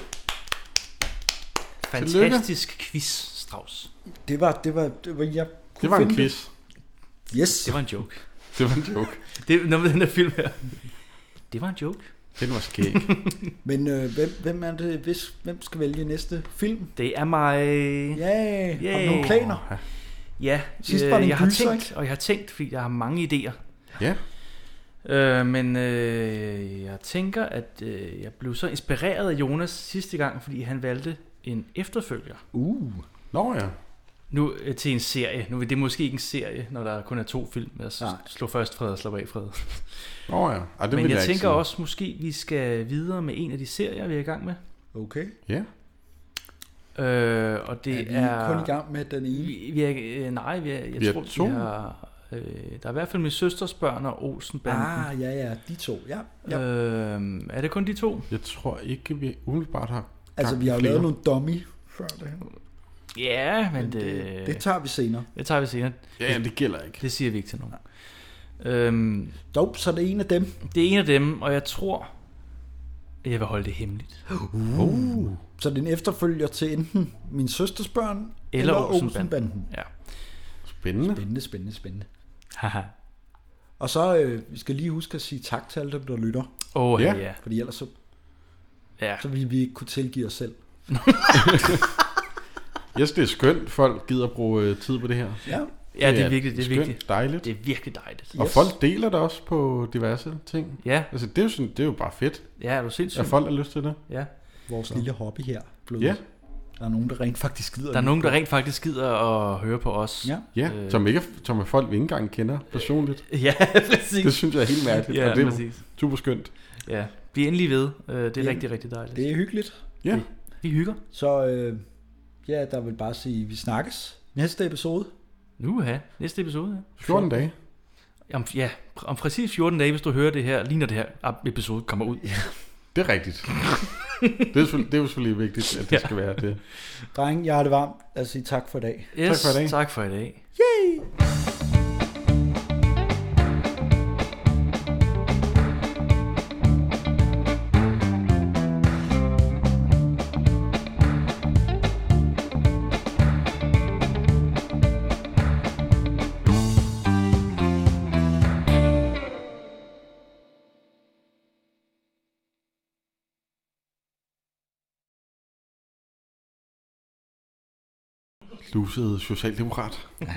Fantastisk quiz, Strauss. Det var jeg kunne det var en finde quiz. Yes. Det var en joke. Det var en joke. Det er noget med den der film her. Det var en joke. Den var skæg. Men hvem er det? Hvem skal vælge næste film? Det er mig. Ja, har du nogle planer? Ja, sidst var det jeg har tænkt, fordi jeg har mange idéer. Ja. Men jeg tænker, at jeg blev så inspireret af Jonas sidste gang, fordi han valgte en efterfølger. Nå ja. Nu til en serie. Nu er det måske ikke en serie, når der kun er 2 film. Slå først fred og slå bag fred. Nå ja. Det men jeg tænker også, måske vi skal videre med en af de serier, vi er i gang med. Okay. Ja. Og det er kun i gang med den ene? Jeg tror, 2. vi har... der er i hvert fald Min søsters børn og Olsen-banden. Ja, de 2. Ja. Er det kun de 2? Jeg tror ikke, vi umiddelbart har... Altså, vi har jo lavet nogle dummy før det her. Ja, men det tager vi senere. Ja, det gælder ikke. Det siger vi ikke til nogen. Så det er en af dem. Det er en af dem, og jeg tror, jeg vil holde det hemmeligt. Så den efterfølger til enten Min søsters børn eller Olsen-banden. Ja. Spændende. Og så vi skal lige huske at sige tak til alle dem, der lytter. Ja. Fordi ellers så ville vi ikke kunne tilgive os selv. Yes, det er skønt, folk gider bruge tid på det her. Ja, det er virkelig, det er skønt, dejligt. Det er virkelig dejligt. Og folk deler det også på diverse ting. Ja. Altså, det er jo bare fedt. Ja, er du sindssygt. At folk har lyst til det. Ja. Vores lille hobby her. Ja. Der er nogen, der rent faktisk gider. Der er nogen, der rent faktisk gider at høre på os. Ja, som folk vi ikke engang kender personligt. Ja, præcis. Det synes jeg er helt mærkeligt. Ja, og det er præcis. Super skønt. Ja, vi er endelig ved. Det er rigtig, rigtig dejligt. Det er hyggeligt. Ja. Vi hygger. Så der vil bare sige, vi snakkes næste episode. Næste episode, ja. 14 dage. Om præcis 14 dage, hvis du hører det her, lige når det her episode kommer ud. Det er rigtigt. Det er jo selvfølgelig vigtigt, at det skal være det. Dreng, jeg har det varmt. Altså sige tak for i dag. Yes, tak for i dag. Yay! lusede socialdemokrat. Ja.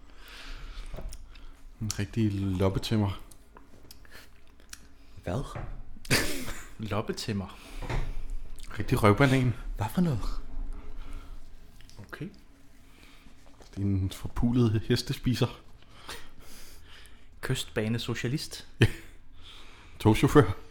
En rigtig loppetimmer. Hvad? Loppetimmer. Rigtig røvbanan. Hvad for noget? Okay. Det er en forpulet hestespiser. Kystbane socialist. Ja. Togchauffør.